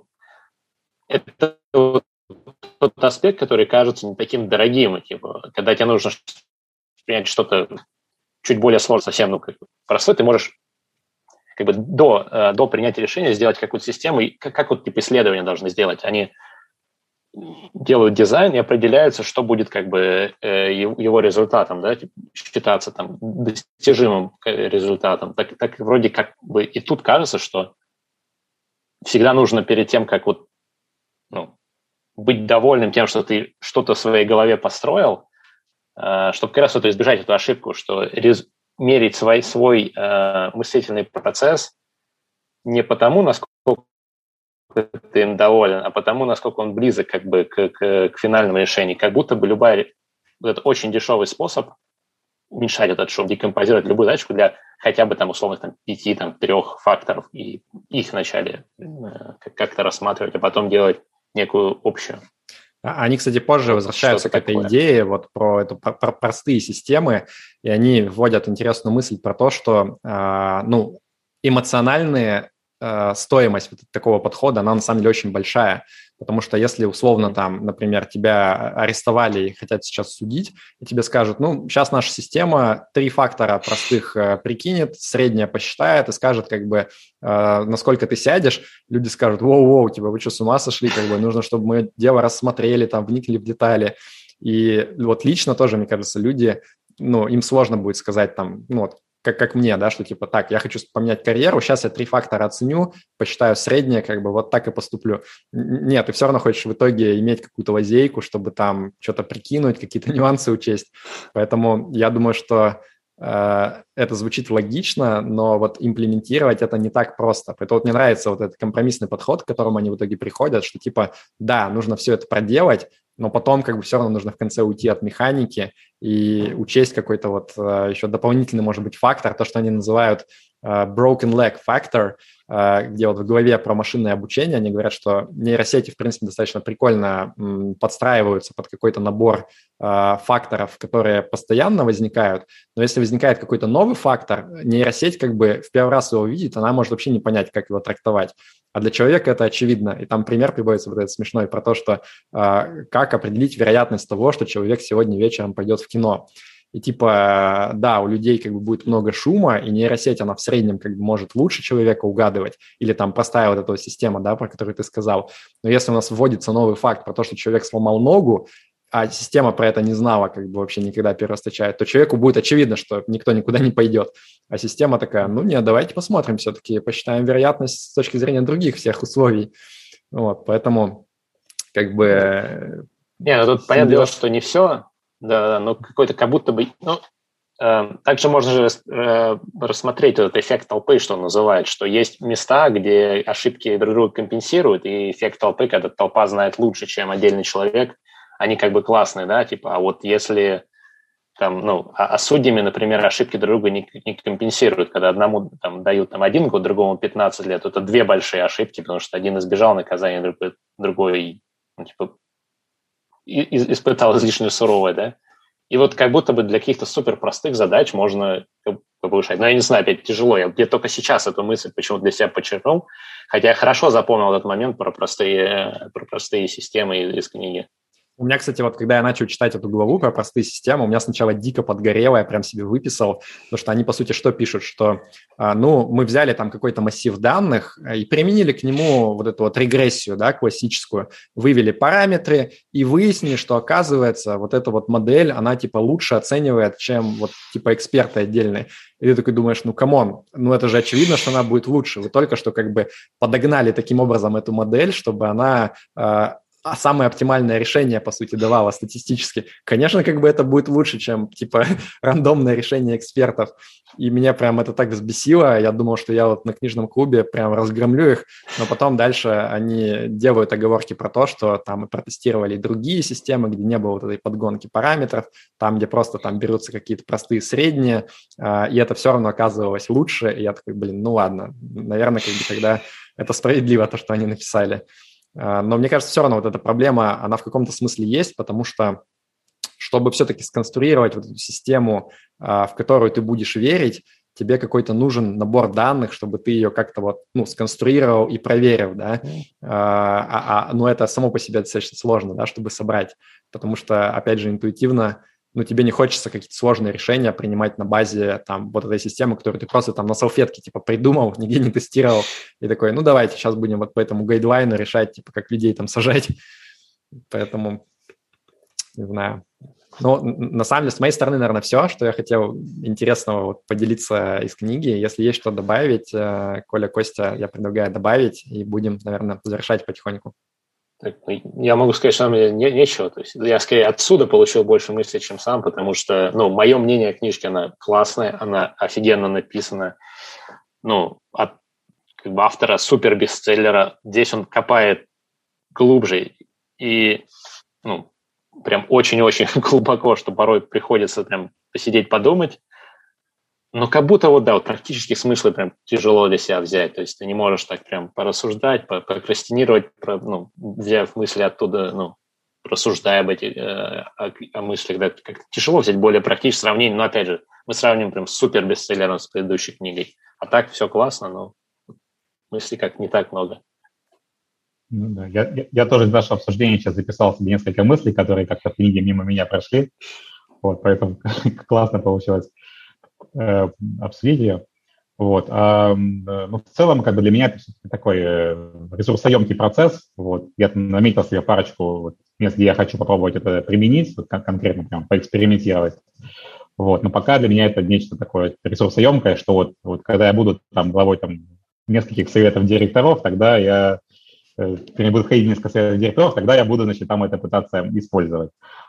это тот аспект, который кажется не таким дорогим, когда тебе нужно принять что-то чуть более сложное, совсем простое, ты можешь до принятия решения сделать какую-то систему, и как исследования должны сделать. Они делают дизайн и определяются, что будет его результатом, да, считаться там достижимым результатом. Так вроде как бы и тут кажется, что всегда нужно перед тем, как быть довольным тем, что ты что-то в своей голове построил, чтобы как раз избежать эту ошибку, что мерить свой мыслительный процесс не потому, насколько ты им доволен, а потому, насколько он близок к финальному решению. Как будто бы это очень дешевый способ уменьшать этот шум, декомпозировать любую задачку для хотя бы условно 5-3 факторов и их вначале как-то рассматривать, а потом делать некую общую. Они, кстати, позже возвращаются к этой идее про простые системы, и они вводят интересную мысль про то, что эмоциональная стоимость такого подхода, она на самом деле очень большая, потому что если условно там, например, тебя арестовали и хотят сейчас судить, и тебе скажут, сейчас наша система 3 фактора простых прикинет, среднее посчитает и скажет, насколько ты сядешь, люди скажут, воу, вы что, с ума сошли, нужно, чтобы мы дело рассмотрели, там, вникли в детали. И вот лично тоже, мне кажется, люди, им сложно будет сказать там, как мне, да, что так, я хочу поменять карьеру, сейчас я 3 фактора оценю, посчитаю среднее, вот так и поступлю. Нет, ты все равно хочешь в итоге иметь какую-то лазейку, чтобы там что-то прикинуть, какие-то нюансы учесть. Поэтому я думаю, что это звучит логично, но вот имплементировать это не так просто. Поэтому вот мне нравится вот этот компромиссный подход, к которому они в итоге приходят, что типа, да, нужно все это проделать, но потом как бы все равно нужно в конце уйти от механики и учесть какой-то вот еще дополнительный, может быть, фактор, то, что они называют broken leg factor, где вот в главе про машинное обучение они говорят, что нейросети, в принципе, достаточно прикольно подстраиваются под какой-то набор факторов, которые постоянно возникают, но если возникает какой-то новый фактор, нейросеть как бы в первый раз его увидит, она может вообще не понять, как его трактовать. А для человека это очевидно. И там пример приводится вот этот смешной про то, что как определить вероятность того, что человек сегодня вечером пойдет в кино. И типа, да, у людей как бы будет много шума, и нейросеть, она в среднем как бы может лучше человека угадывать, или там простая вот эта вот система, да, про которую ты сказал. Но если у нас вводится новый факт про то, что человек сломал ногу, а система про это не знала, как бы вообще никогда первый встречает, то человеку будет очевидно, что никто никуда не пойдет. А система такая, ну нет, давайте посмотрим все-таки, посчитаем вероятность с точки зрения других всех условий. Вот, поэтому как бы... Не, ну тут понятное дело, что не все, да, но какой-то как будто бы... Ну, также можно же рассмотреть этот эффект толпы, что он называет, что есть места, где ошибки друг друга компенсируют, и эффект толпы, когда толпа знает лучше, чем отдельный человек, они как бы классные, да, типа, а вот если там, ну, а судьями, например, ошибки друг друга не компенсируют, когда одному там дают там 1 год, другому 15 лет, это 2 большие ошибки, потому что один избежал наказания, другой ну, типа, испытал излишне суровое, да. И вот как будто бы для каких-то супер простых задач можно повышать. Но я не знаю, опять тяжело. Я только сейчас эту мысль почему-то для себя подчеркнул, хотя я хорошо запомнил этот момент про простые системы из книги. У меня, кстати, вот когда я начал читать эту главу про простые системы, у меня сначала дико подгорело, я прям себе выписал, потому что они, по сути, что пишут, что, ну, мы взяли там какой-то массив данных и применили к нему вот эту вот регрессию, да, классическую, вывели параметры и выяснили, что, оказывается, вот эта вот модель, она, типа, лучше оценивает, чем вот, типа, эксперты отдельные. И ты такой думаешь, ну, камон, ну, это же очевидно, что она будет лучше. Вы только что как бы подогнали таким образом эту модель, чтобы она... самое оптимальное решение, по сути, давала статистически. Конечно, как бы это будет лучше, чем, типа, рандомное решение экспертов. И меня прям это так взбесило. Я думал, что я вот на книжном клубе прям разгромлю их, но потом дальше они делают оговорки про то, что там и протестировали другие системы, где не было вот этой подгонки параметров, там, где просто там берутся какие-то простые средние, и это все равно оказывалось лучше. И я такой, блин, ну ладно, наверное, как бы тогда это справедливо, то, что они написали. Но мне кажется, все равно вот эта проблема, она в каком-то смысле есть, потому что, чтобы все-таки сконструировать вот эту систему, в которую ты будешь верить, тебе какой-то нужен набор данных, чтобы ты ее как-то вот, ну, сконструировал и проверил, да. Но это само по себе достаточно сложно, да, чтобы собрать, потому что, опять же, интуитивно, ну, тебе не хочется какие-то сложные решения принимать на базе там вот этой системы, которую ты просто там на салфетке типа придумал, нигде не тестировал, и такой, ну, давайте сейчас будем вот по этому гайдлайну решать, типа, как людей там сажать. Поэтому, не знаю. Ну, на самом деле, с моей стороны, наверное, все, что я хотел интересного вот поделиться из книги. Если есть что добавить, Коля, Костя, я предлагаю добавить, и будем, наверное, завершать потихоньку. Так, я могу сказать, что нам нечего. То есть я, скорее, отсюда получил больше мыслей, чем сам, потому что, ну, мое мнение о книжке, она классная, она офигенно написана. Ну, от как бы автора супер-бестселлера. Здесь он копает глубже и, ну, прям очень-очень глубоко, что порой приходится прям посидеть, подумать. Но как будто вот, да, вот практические смыслы прям тяжело для себя взять. То есть ты не можешь так прям порассуждать, прокрастинировать, ну, взяв мысли оттуда, ну, рассуждая об этих о мыслях. Да, как-то тяжело взять более практическое сравнение. Но, опять же, мы сравним прям супер-бестселлером с предыдущей книгой. А так все классно, но мыслей как не так много. Ну, да. Я тоже из нашего обсуждения сейчас записал себе несколько мыслей, которые как-то в книге мимо меня прошли. Вот, поэтому классно получилось обсудить ее. Вот. Ну, в целом, как бы для меня это такой ресурсоемкий процесс. Вот. Я наметил себе парочку вот мест, где я хочу попробовать это применить, вот, конкретно прям поэкспериментировать. Вот. Но пока для меня это нечто такое ресурсоемкое, что вот когда я буду там главой там нескольких советов директоров, тогда я буду ходить в несколько советов директоров, тогда я буду, значит, там это пытаться использовать.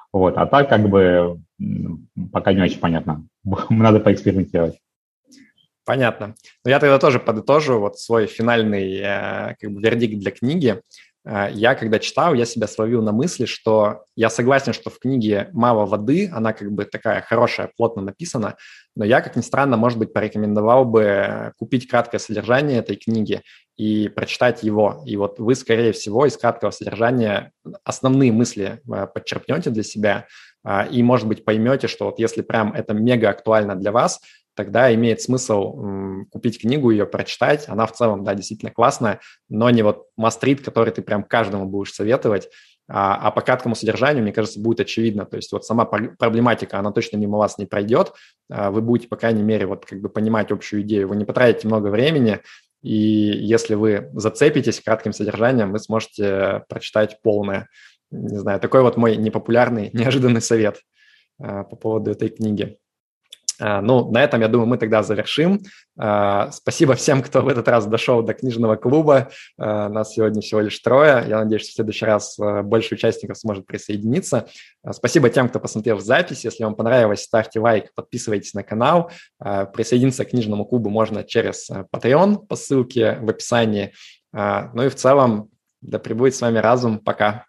Вот, а так как бы пока не очень понятно. Надо поэкспериментировать. Понятно. Но я тогда тоже подытожу вот свой финальный как бы вердикт для книги. Я, когда читал, я себя словил на мысли, что я согласен, что в книге мало воды, она как бы такая хорошая, плотно написана, но я, как ни странно, может быть, порекомендовал бы купить краткое содержание этой книги и прочитать его. И вот вы, скорее всего, из краткого содержания основные мысли подчерпнете для себя и, может быть, поймете, что вот если прям это мега актуально для вас, тогда имеет смысл купить книгу, ее прочитать. Она в целом, да, действительно классная, но не вот must-read, который ты прям каждому будешь советовать. А по краткому содержанию, мне кажется, будет очевидно. То есть вот сама проблематика, она точно мимо вас не пройдет. Вы будете, по крайней мере, вот как бы понимать общую идею. Вы не потратите много времени, и если вы зацепитесь кратким содержанием, вы сможете прочитать полное. Не знаю, такой вот мой непопулярный, неожиданный совет по поводу этой книги. Ну, на этом, я думаю, мы тогда завершим. Спасибо всем, кто в этот раз дошел до книжного клуба. Нас сегодня всего лишь 3. Я надеюсь, что в следующий раз больше участников сможет присоединиться. Спасибо тем, кто посмотрел запись. Если вам понравилось, ставьте лайк, подписывайтесь на канал. Присоединиться к книжному клубу можно через Patreon по ссылке в описании. Ну и в целом, да пребудет с вами разум. Пока.